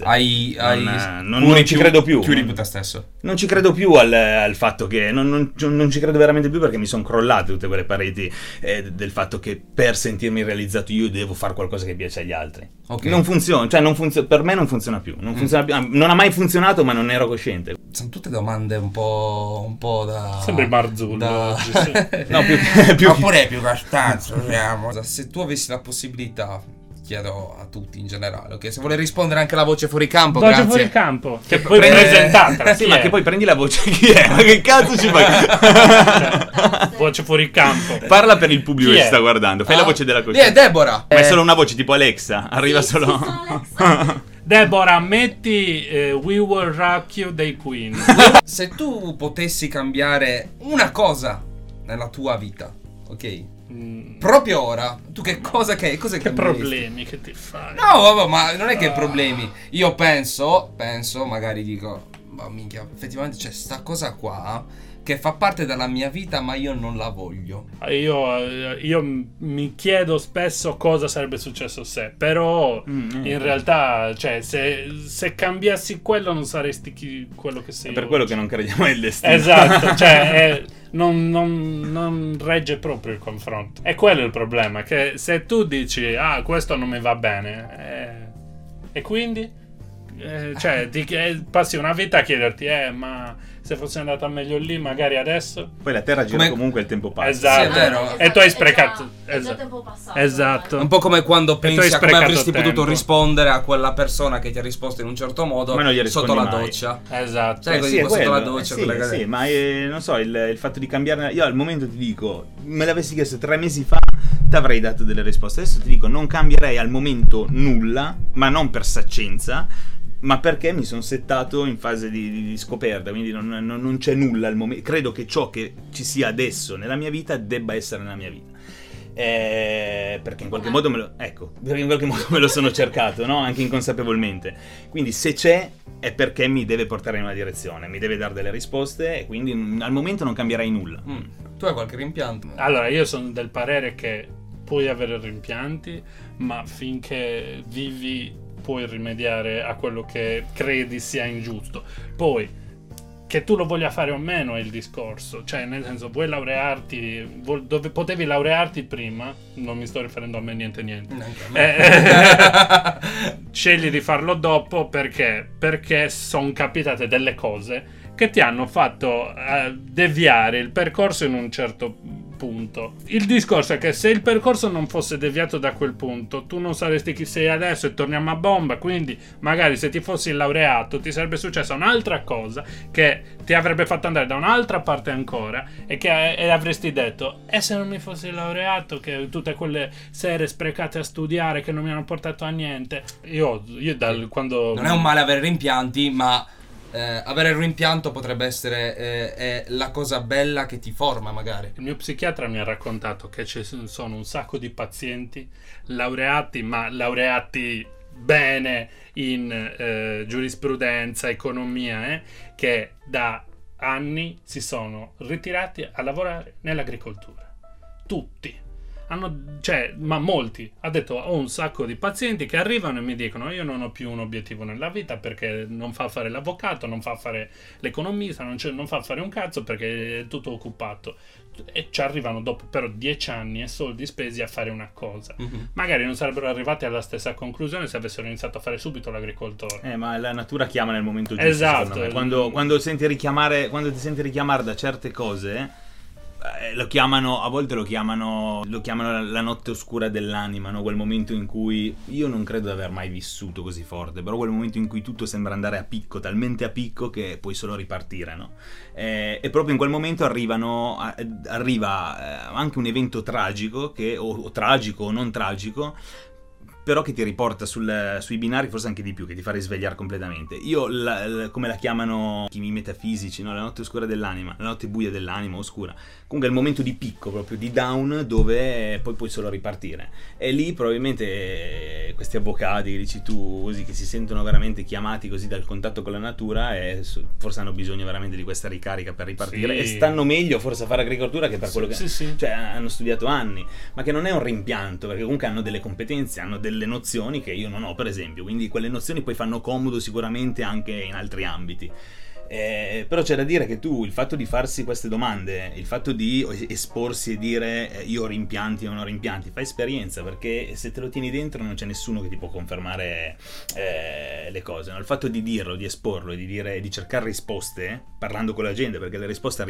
Non ci credo più. Chiudi te stesso. Non ci credo più al fatto che non ci credo veramente più, perché mi sono crollate tutte quelle pareti del fatto che per sentirmi realizzato io devo fare qualcosa che piace agli altri. Okay. Non funziona, cioè per me non funziona più. Non ha mai funzionato, ma non ero cosciente. Sono tutte domande un po' da... Sembri Marzullo oggi, sì. No, più oppure più Castanzo, diciamo. Se tu avessi la possibilità, chiedo a tutti in generale, ok? Se vuole rispondere anche la voce fuori campo, voce grazie. Fuori campo, che poi presentatela. Sì, ma che poi prendi la voce, chi è? Ma che cazzo ci fai? Voce fuori campo. Parla per il pubblico che ci sta guardando, fai la voce della coscienza. Deborah. Ma è solo una voce tipo Alexa, arriva solo... Deborah, metti We Will Rock You dei Queen. Se tu potessi cambiare una cosa nella tua vita, ok? Proprio ora, tu che problemi che ti fai? No, vabbè, ma non è che problemi. Io penso, magari dico, ma minchia, effettivamente c'è sta cosa qua che fa parte della mia vita, ma io non la voglio. Io mi chiedo spesso cosa sarebbe successo se, però in realtà, cioè, se cambiassi quello non saresti quello che sei. È per quello che non crediamo nel destino. Esatto, cioè non regge proprio il confronto. E quello è il problema, che se tu dici questo non mi va bene, e quindi cioè passi una vita a chiederti ma se fosse andata meglio lì magari adesso. Poi la terra gira comunque, il tempo passa. Esatto. Sì, è vero. E tu hai sprecato è già tempo passato. esatto. Un po' come quando tu hai pensi a come sprecato avresti tempo. potuto rispondere a quella persona che ti ha risposto in un certo modo Ma non gli rispondi sotto la mai. doccia. Esatto. Sai, così Sì, è sotto la quello. doccia, quelle cose. Sì, ma non so, il fatto di cambiare. Io al momento ti dico, me l'avessi chiesto 3 mesi fa, ti avrei dato delle risposte. Adesso ti dico, non cambierei al momento nulla, ma non per saccenza, ma perché mi sono settato in fase di scoperta, quindi non c'è nulla al momento. Credo che ciò che ci sia adesso nella mia vita debba essere nella mia vita. Perché in qualche modo me lo sono cercato, no? Anche inconsapevolmente. Quindi se c'è è perché mi deve portare in una direzione, mi deve dare delle risposte, e quindi al momento non cambierei nulla. Tu hai qualche rimpianto? Allora, io sono del parere che puoi avere rimpianti, ma finché vivi puoi rimediare a quello che credi sia ingiusto. Poi, che tu lo voglia fare o meno è il discorso. Cioè, nel senso, vuoi laurearti dove potevi laurearti prima, non mi sto riferendo a me niente. Scegli di farlo dopo perché sono capitate delle cose che ti hanno fatto deviare il percorso in un certo punto. Il discorso è che se il percorso non fosse deviato da quel punto, tu non saresti chi sei adesso e torniamo a bomba. Quindi magari se ti fossi laureato ti sarebbe successa un'altra cosa che ti avrebbe fatto andare da un'altra parte ancora, e avresti detto: e se non mi fossi laureato, che tutte quelle sere sprecate a studiare che non mi hanno portato a niente. Quando Non è un male avere rimpianti, ma avere il rimpianto potrebbe essere la cosa bella che ti forma, magari. Il mio psichiatra mi ha raccontato che ci sono un sacco di pazienti laureati, ma laureati bene in giurisprudenza, economia, che da anni si sono ritirati a lavorare nell'agricoltura. Tutti. Ma molti. Ha detto: ho un sacco di pazienti che arrivano e mi dicono: io non ho più un obiettivo nella vita, perché non fa fare l'avvocato, non fa fare l'economista, non fa fare un cazzo, perché è tutto occupato. E ci arrivano dopo però 10 anni e soldi spesi a fare una cosa. Magari non sarebbero arrivati alla stessa conclusione se avessero iniziato a fare subito l'agricoltore. Ma la natura chiama nel momento giusto. Esatto. Quando ti senti richiamare da certe cose, a volte lo chiamano la notte oscura dell'anima, no? Quel momento in cui io non credo di aver mai vissuto così forte, però quel momento in cui tutto sembra andare a picco, talmente a picco che puoi solo ripartire, no? E proprio in quel momento arriva anche un evento tragico, o tragico o non tragico, però che ti riporta sui binari, forse anche di più, che ti fa risvegliare completamente. Io, come la chiamano i metafisici, no? La notte oscura dell'anima, la notte buia dell'anima, oscura. Comunque è il momento di picco, proprio di down, dove poi puoi solo ripartire. E lì probabilmente questi avvocati, che dici tu, così, che si sentono veramente chiamati così dal contatto con la natura, e forse hanno bisogno veramente di questa ricarica per ripartire. Sì. E stanno meglio forse a fare agricoltura che per quello che... Sì. Cioè, hanno studiato anni, ma che non è un rimpianto, perché comunque hanno delle competenze, hanno delle nozioni che io non ho, per esempio, quindi quelle nozioni poi fanno comodo sicuramente anche in altri ambiti. Però c'è da dire che il fatto di farsi queste domande, il fatto di esporsi e dire io ho rimpianti o non ho rimpianti, fa esperienza, perché se te lo tieni dentro non c'è nessuno che ti può confermare le cose, no? Il fatto di dirlo, di esporlo e di cercare risposte parlando con la gente, perché le risposte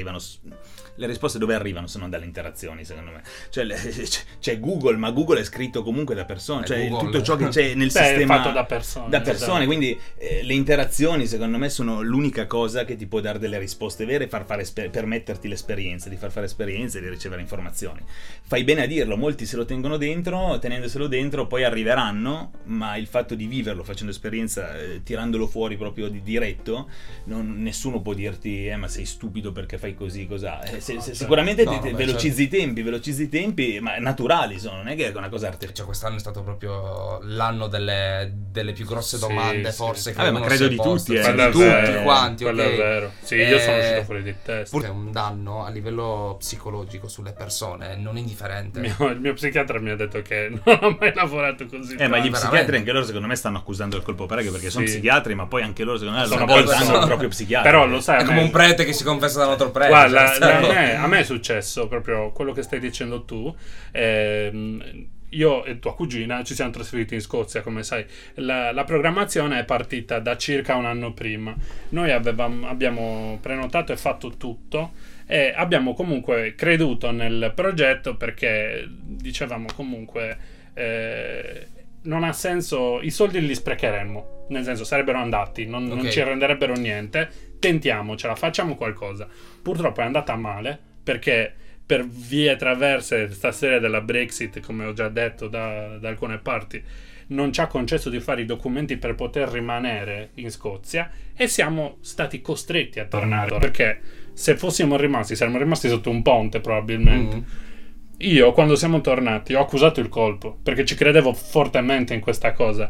dove arrivano sono dalle interazioni, secondo me. Cioè, c'è Google, ma Google è scritto comunque da persone, cioè Google. tutto ciò che c'è nel sistema è fatto da persone, esatto. Quindi le interazioni secondo me sono l'unica cosa che ti può dare delle risposte vere e permetterti l'esperienza, di far fare esperienze e di ricevere informazioni. Fai bene a dirlo, molti se lo tengono dentro, tenendoselo dentro poi arriveranno, ma il fatto di viverlo facendo esperienza, tirandolo fuori proprio di diretto, nessuno può dirti ma sei stupido perché fai così, cos'ha. Sicuramente velocizzi i tempi, ma naturali sono, non è che è una cosa artificiale. Cioè, quest'anno è stato proprio l'anno delle più grosse domande, forse. Vabbè, ma credo di tutti, di tutti quanti, ok? È vero. Sì, io sono uscito fuori di testa. È un danno a livello psicologico sulle persone non indifferente. Il mio psichiatra mi ha detto che non ho mai lavorato così. Ma gli psichiatri anche loro secondo me stanno accusando il colpo parecchio, perché sono psichiatri, ma poi anche loro secondo me sono hanno il proprio psichiatra. Però lo sai, è come un prete che si confessa da un altro prete. Guarda, a me è successo proprio quello che stai dicendo tu. io e tua cugina ci siamo trasferiti in Scozia, come sai. La programmazione è partita da circa un anno prima. Noi abbiamo prenotato e fatto tutto e abbiamo comunque creduto nel progetto perché dicevamo comunque non ha senso, i soldi li sprecheremmo, nel senso sarebbero andati, non ci renderebbero niente, tentiamocela, facciamo qualcosa. Purtroppo è andata male perché per vie traverse sta storia della Brexit, come ho già detto da alcune parti, non ci ha concesso di fare i documenti per poter rimanere in Scozia e siamo stati costretti a tornare, perché se fossimo rimasti, saremmo rimasti sotto un ponte probabilmente. Io quando siamo tornati ho accusato il colpo perché ci credevo fortemente in questa cosa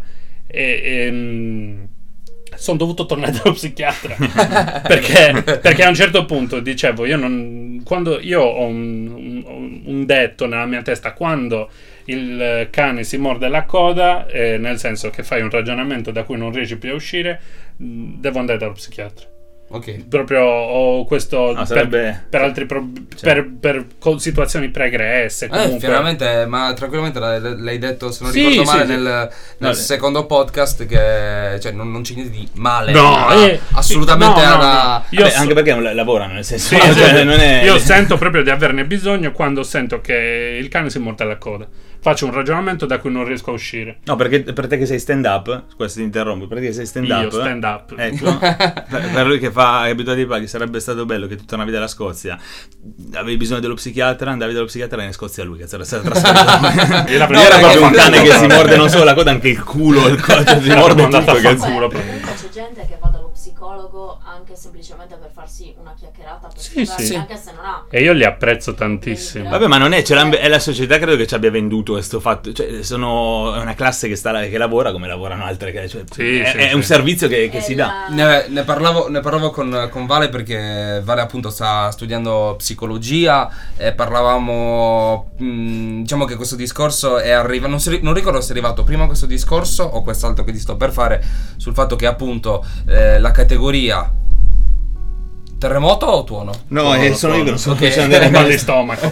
e sono dovuto tornare dallo psichiatra perché a un certo punto dicevo quando io ho un detto nella mia testa: quando il cane si morde la coda, nel senso che fai un ragionamento da cui non riesci più a uscire, devo andare dallo psichiatra. Proprio ho questo per altri per situazioni pregresse comunque. Finalmente, ma tranquillamente l'hai detto, se non ricordo male, nel secondo podcast, che cioè non c'è niente di male, assolutamente anche perché lavorano, nel senso non è... io sento proprio di averne bisogno quando sento che il cane si morde la coda. Faccio un ragionamento da cui non riesco a uscire. No, perché per te che sei stand up, questo ti interrompo, perché sei stand up. Io stand up. Ecco, per lui che fa abituati ai paghi, sarebbe stato bello che tu tornavi dalla Scozia, avevi bisogno dello psichiatra, andavi dallo psichiatra e in Scozia lui, che era stato trasferito. Era proprio un cane che si morde non solo la coda, anche il culo, il coglio, si morde tutto. Comunque c'è gente che va dallo psicologo anche semplicemente per farsi una chiacchierata, per anche se non ha. E io li apprezzo tantissimo. Vabbè, ma non è, è la società, credo che ci abbia venduto questo fatto, cioè è una classe che lavora come lavorano altre, è un servizio che si dà. Ne parlavo con Vale, perché Vale appunto sta studiando psicologia e parlavamo, diciamo che questo discorso è arrivato, non ricordo se è arrivato prima questo discorso o quest'altro che ti sto per fare, sul fatto che appunto la categoria terremoto o tuono? No, sono io che non so che c'è andare mal di stomaco.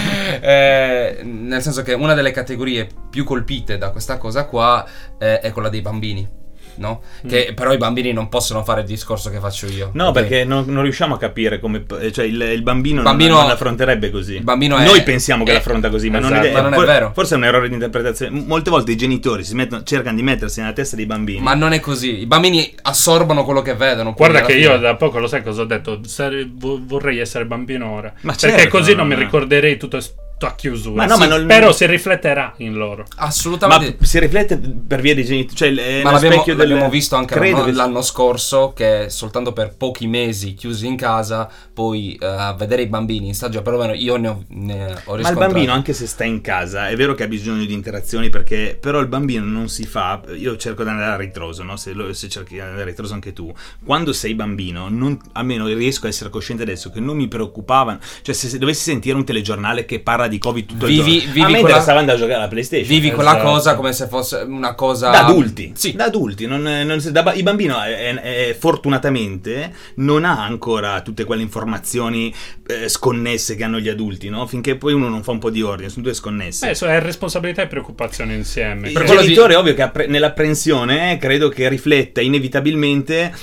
Nel senso che una delle categorie più colpite da questa cosa qua è quella dei bambini, no? Che però i bambini non possono fare il discorso che faccio io. No, perché non riusciamo a capire come, cioè il bambino non affronterebbe così. Noi pensiamo che l'affronta così, ma non è vero. Forse è un errore di interpretazione. Molte volte i genitori cercano di mettersi nella testa dei bambini. Ma non è così. I bambini assorbono quello che vedono. Guarda che io da poco, lo sai cosa ho detto? Vorrei essere bambino ora. Ma perché così non mi ricorderei tutto a chiusura. Però si rifletterà in loro. Assolutamente. Ma si riflette per via dei genitori, cioè ma l'abbiamo visto anche l'anno scorso, che soltanto per pochi mesi chiusi in casa, poi a vedere i bambini in stagione, perlomeno io ne ho riscontrato. Ma il bambino, anche se sta in casa, è vero che ha bisogno di interazioni, perché però il bambino non si fa. Io cerco di andare a ritroso, no? Se cerchi di andare a ritroso anche tu, quando sei bambino, almeno riesco a essere cosciente adesso che non mi preoccupavano, cioè se dovessi sentire un telegiornale che parla di Covid tutto il giorno, a me interessava andare a giocare alla PlayStation. Vivi quella cosa come se fosse una cosa da adulti. Sì, da adulti. Il bambino fortunatamente non ha ancora tutte quelle informazioni sconnesse che hanno gli adulti, no? Finché poi uno non fa un po' di ordine, sono due sconnesse. È responsabilità e preoccupazione insieme. Il genitore, ovvio che nell'apprensione credo che rifletta inevitabilmente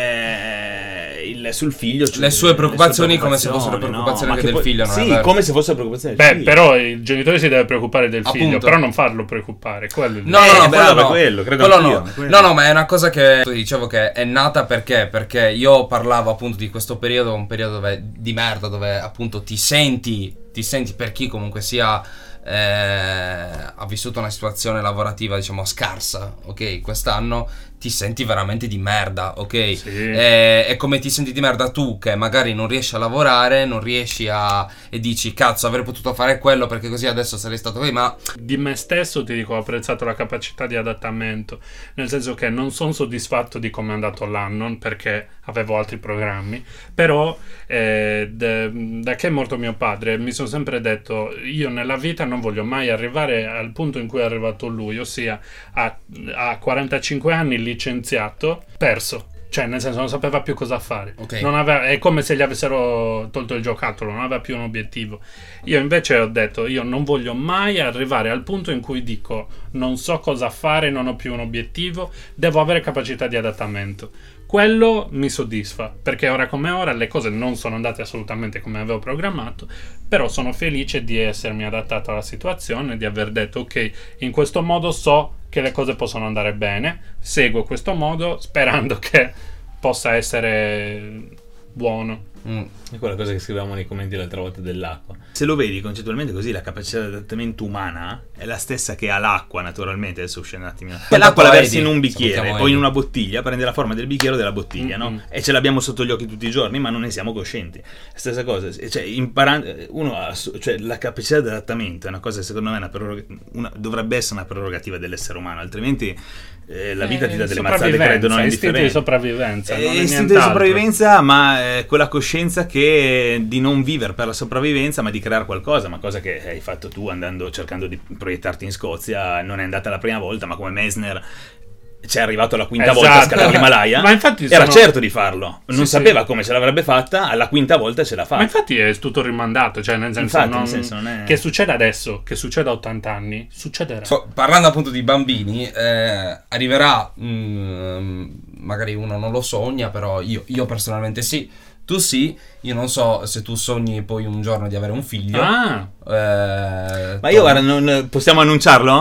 sul figlio, cioè le sue preoccupazioni, come se fossero preoccupazioni anche del figlio. Sì, come se fossero preoccupazioni del figlio. Però il genitore si deve preoccupare del figlio, però non farlo preoccupare. Quello ma è una cosa che dicevo che è nata perché io parlavo appunto di questo periodo, un periodo di merda, dove appunto ti senti per chi comunque sia ha vissuto una situazione lavorativa, diciamo, scarsa, ok, quest'anno ti senti veramente di merda, ok? Sì. E come ti senti di merda tu, che magari non riesci a lavorare, non riesci e dici cazzo, avrei potuto fare quello perché così adesso sarei stato qui, ma di me stesso ti dico, ho apprezzato la capacità di adattamento, nel senso che non sono soddisfatto di come è andato l'anno perché avevo altri programmi, però da che è morto mio padre mi sono sempre detto, io nella vita non voglio mai arrivare al punto in cui è arrivato lui, ossia a 45 anni licenziato, perso, Cioè, nel senso, non sapeva più cosa fare. Ok. È come se gli avessero tolto il giocattolo, non aveva più un obiettivo. Io invece ho detto, io non voglio mai arrivare al punto in cui dico non so cosa fare, non ho più un obiettivo, devo avere capacità di adattamento. Quello mi soddisfa, perché ora come ora le cose non sono andate assolutamente come avevo programmato, però sono felice di essermi adattato alla situazione, di aver detto ok, in questo modo so che le cose possono andare bene, seguo questo modo sperando che possa essere buono. È quella cosa che scrivevamo nei commenti l'altra volta dell'acqua. Se lo vedi concettualmente così, la capacità di adattamento umana è la stessa che ha l'acqua, naturalmente. Adesso uscire un attimino. L'acqua la versi in un bicchiere o in una bottiglia, prende la forma del bicchiere o della bottiglia, no? E ce l'abbiamo sotto gli occhi tutti i giorni, ma non ne siamo coscienti. Stessa cosa, cioè imparando, cioè la capacità di adattamento è una cosa che secondo me dovrebbe essere una prerogativa dell'essere umano, altrimenti la vita ti dà delle mazzate, credo, non è istinto di sopravvivenza, non è istinto di sopravvivenza, ma quella coscienza che di non vivere per la sopravvivenza, ma di creare qualcosa, ma cosa che hai fatto tu cercando di proiettarti in Scozia. Non è andata la prima volta, ma come Messner c'è arrivato la quinta volta a scalare l'Himalaya. Ma infatti era certo di farlo, non sapeva come ce l'avrebbe fatta, alla quinta volta ce l'ha fatta. Ma infatti è tutto rimandato, cioè nel senso, non è... che succeda adesso, che succeda a 80 anni, succederà. Parlando appunto di bambini, arriverà, magari uno non lo sogna, però io personalmente sì. Tu sì, io non so se tu sogni poi un giorno di avere un figlio. Ma io guarda, possiamo annunciarlo?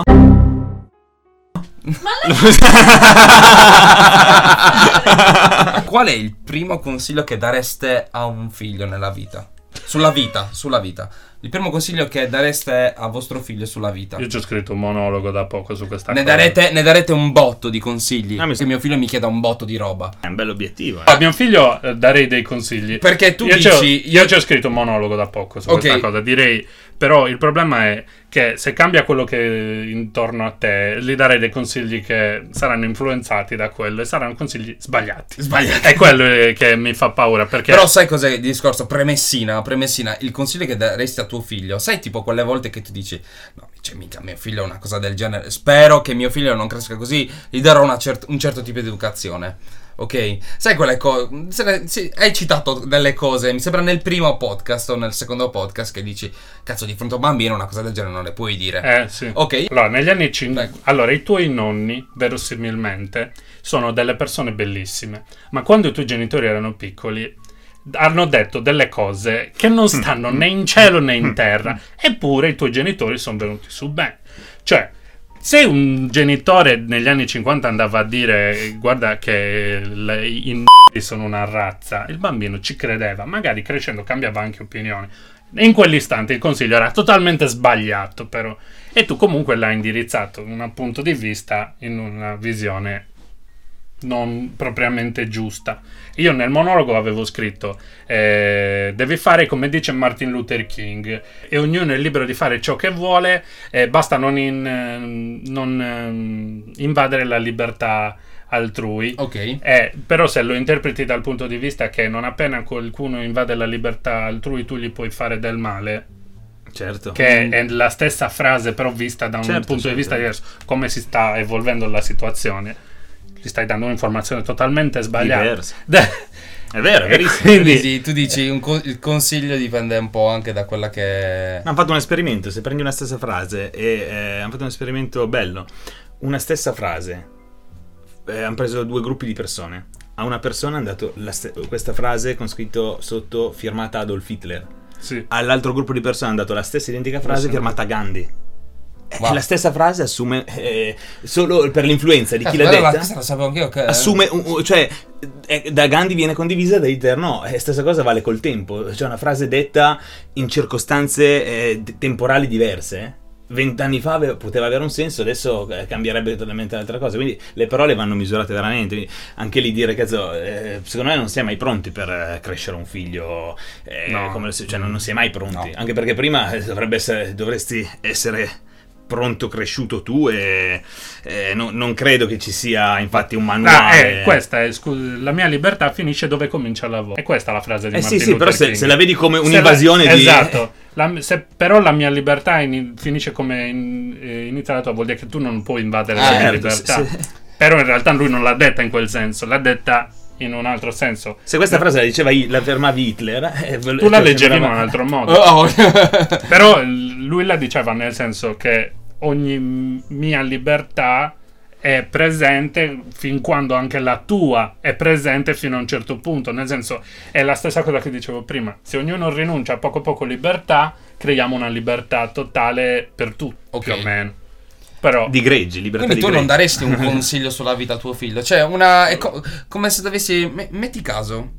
Qual è il primo consiglio che dareste a un figlio nella vita? Sulla vita. Il primo consiglio che dareste a vostro figlio sulla vita. Io ci ho scritto un monologo da poco su questa cosa. Ne darete un botto di consigli. Perché mio figlio mi chiede un botto di roba. È un bello obiettivo. A mio figlio darei dei consigli. Perché tu io dici... Io ci ho scritto un monologo da poco su questa cosa. Direi, però il problema è che se cambia quello che è intorno a te, gli darei dei consigli che saranno influenzati da quello e saranno consigli sbagliati. È quello che mi fa paura, perché... Però sai cos'è il discorso? Premessina, il consiglio che daresti a tuo figlio, sai, tipo quelle volte che tu dici no, cioè, mica mio figlio è una cosa del genere, spero che mio figlio non cresca così, gli darò un certo tipo di educazione. Ok, sai quelle cose, hai citato delle cose, mi sembra nel primo podcast o nel secondo podcast, che dici cazzo, di fronte a un bambino una cosa del genere non le puoi dire. Sì. Ok. Allora, negli anni 50, allora i tuoi nonni, verosimilmente, sono delle persone bellissime, ma quando i tuoi genitori erano piccoli hanno detto delle cose che non stanno né in cielo né in terra, eppure i tuoi genitori sono venuti su bene. Cioè, se un genitore negli anni 50 andava a dire guarda che i sono una razza, il bambino ci credeva, magari crescendo cambiava anche opinione. In quell'istante il consiglio era totalmente sbagliato, però, e tu comunque l'hai indirizzato in un punto di vista, in una visione non propriamente giusta. Io nel monologo avevo scritto devi fare come dice Martin Luther King, e ognuno è libero di fare ciò che vuole, basta non invadere la libertà altrui. Ok. Però se lo interpreti dal punto di vista che non appena qualcuno invade la libertà altrui tu gli puoi fare del male, certo, che è la stessa frase però vista da un punto di vista diverso, come si sta evolvendo la situazione, ti stai dando un'informazione totalmente sbagliata. È vero, è verissimo. Quindi tu dici il consiglio dipende un po' anche da quella che... Hanno fatto un esperimento, se prendi una stessa frase e hanno fatto un esperimento bello, una stessa frase, hanno preso due gruppi di persone, a una persona hanno dato questa frase con scritto sotto firmata Adolf Hitler, all'altro gruppo di persone hanno dato la stessa identica frase firmata Gandhi. Wow. La stessa frase assume solo per l'influenza di chi l'ha detta. La sapevo anch'io che... Assume, cioè da Gandhi viene condivisa, da Hitler no. Stessa cosa vale col tempo. Cioè una frase detta in circostanze temporali diverse 20 anni fa poteva avere un senso, adesso cambierebbe totalmente un'altra cosa. Quindi le parole vanno misurate veramente. Quindi anche lì dire cazzo, secondo me non si è mai pronti per crescere un figlio, no. Cioè non si è mai pronti, no. Anche perché prima dovresti essere pronto cresciuto tu, e non credo che ci sia infatti un manuale. Questa è la mia libertà finisce dove comincia il lavoro. E questa è la frase di Martin Luther però King. Se la vedi come un'invasione di... Esatto. Però la mia libertà finisce come inizia la tua, vuol dire che tu non puoi invadere la mia libertà. Però in realtà lui non l'ha detta in quel senso, l'ha detta in un altro senso. Se questa frase la diceva la fermavi Hitler, tu la leggevi in un altro modo. Però lui la diceva nel senso che ogni mia libertà è presente fin quando anche la tua è presente fino a un certo punto. Nel senso, è la stessa cosa che dicevo prima. Se ognuno rinuncia a poco a poco libertà, creiamo una libertà totale per tutti, più o meno. Però di greggi, libertà. Quindi di tu greggi. non daresti un consiglio sulla vita a tuo figlio? Cioè, è come se dovessi. Metti caso,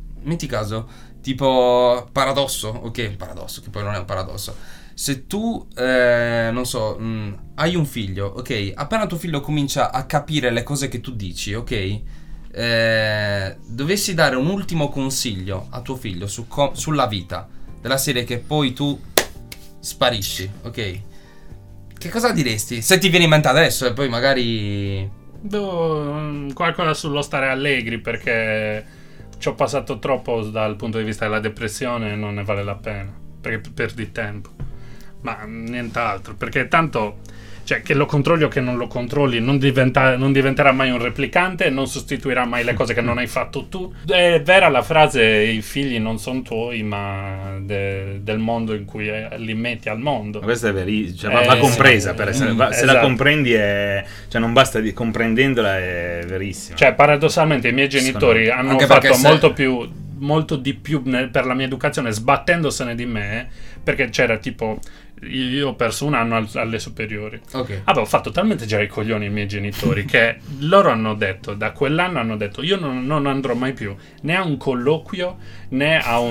tipo paradosso, ok? Paradosso, che poi non è un paradosso. Se tu, non so, hai un figlio, ok? Appena tuo figlio comincia a capire le cose che tu dici, ok? Dovessi dare un ultimo consiglio a tuo figlio sulla vita, della serie che poi tu sparisci, ok? Che cosa diresti? Se ti viene in mente adesso e poi magari... qualcosa sullo stare allegri, perché ci ho passato troppo dal punto di vista della depressione e non ne vale la pena, perché perdi tempo. Ma nient'altro, perché tanto, cioè, che lo controlli o che non lo controlli, non diventerà mai un replicante, non sostituirà mai le cose che non hai fatto tu. È vera la frase: i figli non sono tuoi, ma del mondo in cui li metti al mondo. Ma questa è verissima, cioè, va compresa, per essere, se esatto. la comprendi cioè non basta comprendendola, è verissima. Cioè, paradossalmente i miei genitori hanno fatto molto di più per la mia educazione, sbattendosene di me, perché c'era tipo, io ho perso un anno alle superiori. Avevo fatto talmente già i coglioni i miei genitori che loro hanno detto, da quell'anno hanno detto, io non andrò mai più né a un colloquio né a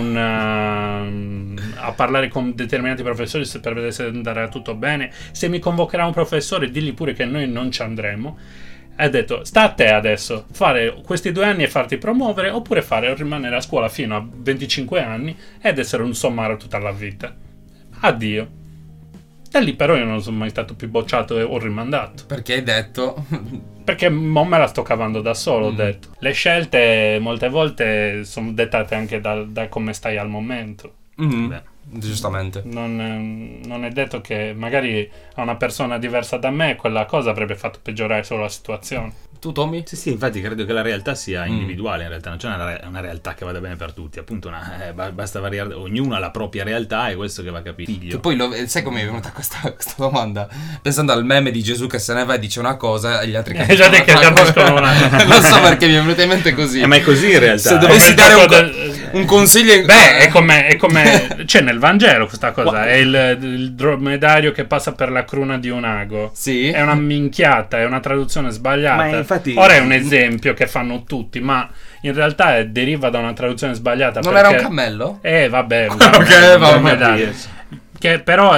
parlare con determinati professori per vedere se andrà tutto bene. Se mi convocherà un professore, digli pure che noi non ci andremo. Ha detto, sta a te adesso fare questi 2 anni e farti promuovere, oppure rimanere a scuola fino a 25 anni ed essere un sommario tutta la vita. Addio. Da lì però io non sono mai stato più bocciato o rimandato. Perché hai detto? Perché mo me la sto cavando da solo, ho detto. Le scelte molte volte sono dettate anche da come stai al momento. Beh, giustamente. Non è detto che magari a una persona diversa da me quella cosa avrebbe fatto peggiorare solo la situazione. Tu, Tommy? Sì, infatti credo che la realtà sia individuale, in realtà non c'è una realtà che vada bene per tutti, appunto basta variare, ognuno ha la propria realtà, e questo che va capito. Che poi sai come è venuta questa domanda? Pensando al meme di Gesù che se ne va e dice una cosa e gli altri capiscono una. Non so perché mi è venuta in mente così. Ma è così in realtà. Se dovessi dare un consiglio... Beh, è come c'è nel Vangelo questa cosa, è il dromedario che passa per la cruna di un ago. Sì. È una minchiata, è una traduzione sbagliata. Ma infatti, ora è un esempio che fanno tutti, ma in realtà deriva da una traduzione sbagliata. Non era un cammello? Vabbè, un dromedario. Che però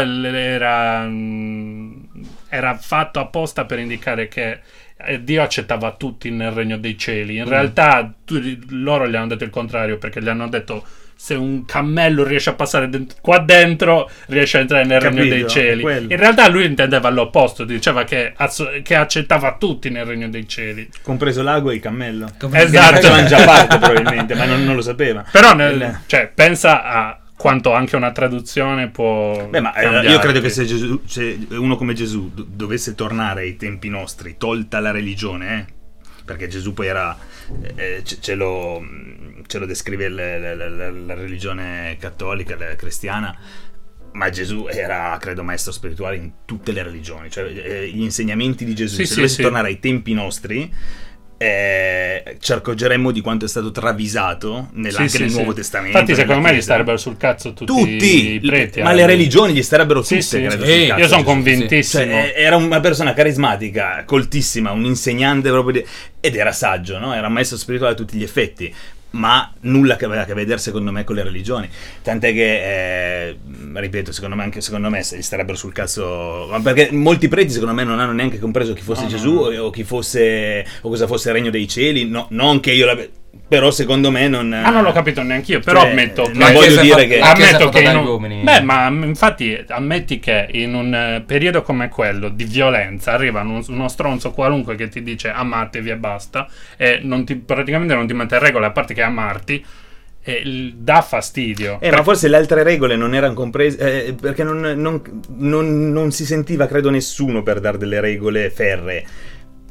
era fatto apposta per indicare che Dio accettava tutti nel regno dei cieli. In realtà loro gli hanno detto il contrario, perché gli hanno detto: se un cammello riesce a passare qua dentro, riesce a entrare nel regno dei cieli. In realtà lui intendeva l'opposto, diceva che accettava tutti nel regno dei cieli, compreso l'ago e il cammello. Esatto. Che già parte probabilmente, ma non lo sapeva. Però cioè, pensa a quanto anche una traduzione può... Beh, ma io credo che se uno come Gesù dovesse tornare ai tempi nostri, tolta la religione, perché Gesù poi era... ce lo descrive la religione cattolica, la cristiana, ma Gesù era, credo, maestro spirituale in tutte le religioni, cioè gli insegnamenti di Gesù, se dovesse tornare ai tempi nostri, ci accorgeremmo di quanto è stato travisato anche nel Nuovo Testamento. Infatti secondo me gli starebbero sul cazzo tutti i preti, ma le religioni gli starebbero tutte, credo, sul cazzo. Io sono convintissimo. Cioè, era una persona carismatica, coltissima, un insegnante proprio ed era saggio, no? Era un maestro spirituale a tutti gli effetti, ma nulla che aveva a che vedere secondo me con le religioni, tant'è che ripeto, secondo me gli starebbero sul cazzo, ma perché molti preti secondo me non hanno neanche compreso chi fosse Gesù o chi fosse, o cosa fosse il regno dei cieli. No, non che io però secondo me non l'ho capito neanche io, però ammetto che ma infatti ammetti che in un periodo come quello di violenza arriva uno stronzo qualunque che ti dice amatevi e basta, e praticamente non ti mette regole, a parte che amarti, e dà fastidio. Ma forse le altre regole non erano comprese, perché non si sentiva, credo, nessuno per dare delle regole ferree.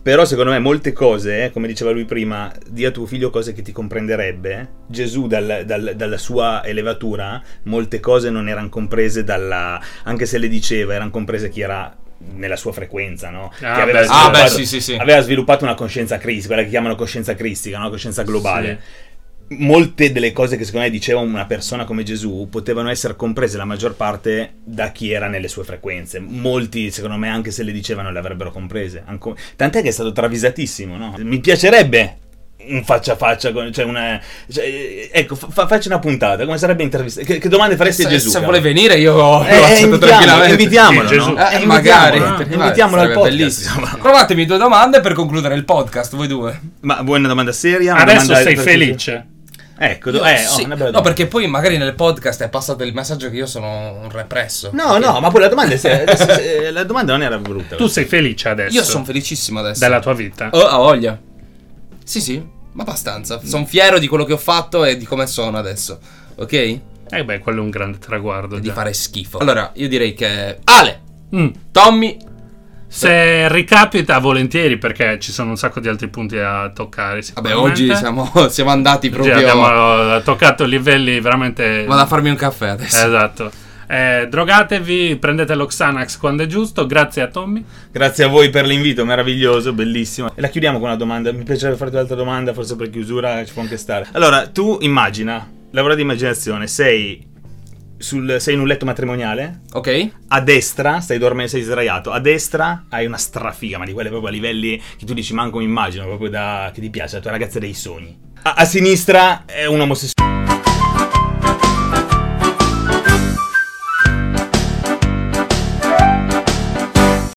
Però secondo me molte cose, come diceva lui prima, di a tuo figlio cose che ti comprenderebbe. Gesù dalla sua elevatura molte cose non erano comprese anche se le diceva, erano comprese chi era nella sua frequenza, no? Che aveva sviluppato una coscienza cristica, quella che chiamano coscienza cristica, no? Coscienza globale. Sì. Molte delle cose che secondo me diceva una persona come Gesù potevano essere comprese la maggior parte da chi era nelle sue frequenze. Molti secondo me anche se le dicevano le avrebbero comprese, tant'è che è stato travisatissimo, no? Mi piacerebbe un faccia a faccia ecco, facci una puntata, come sarebbe intervista, che domande faresti a Gesù? Se vuole venire io lo accetto tranquillamente. Invitiamolo, Gesù. No? Magari invitiamolo al podcast. Bellissimo. Provatemi 2 domande per concludere il podcast, voi 2. Ma vuoi una domanda seria? Adesso sei felice? Ecco, sì. No, perché poi magari nel podcast è passato il messaggio che io sono un represso. No, ma poi la domanda la domanda non era brutta. Tu sei felice adesso? Io sono felicissimo adesso. Della tua vita? Oh, ha voglia. Sì, ma abbastanza. Sono fiero di quello che ho fatto e di come sono adesso. Ok? Quello è un grande traguardo. E di fare schifo. Allora, io direi che Ale, Tommy, se ricapita volentieri, perché ci sono un sacco di altri punti a toccare. Vabbè, oggi siamo andati proprio. Abbiamo toccato livelli veramente. Vado a farmi un caffè adesso. Esatto. Drogatevi, prendete lo Xanax quando è giusto. Grazie a Tommy. Grazie a voi per l'invito, meraviglioso, bellissimo. E la chiudiamo con una domanda. Mi piacerebbe farti un'altra domanda, forse per chiusura ci può anche stare. Allora, tu immagina, lavora di immaginazione, sei in un letto matrimoniale. Ok. A destra stai dormendo, sei sdraiato. A destra hai una strafiga, ma di quelle proprio a livelli che tu dici manco mi immagino, proprio che ti piace, la tua ragazza dei sogni. A sinistra è un omosessuale.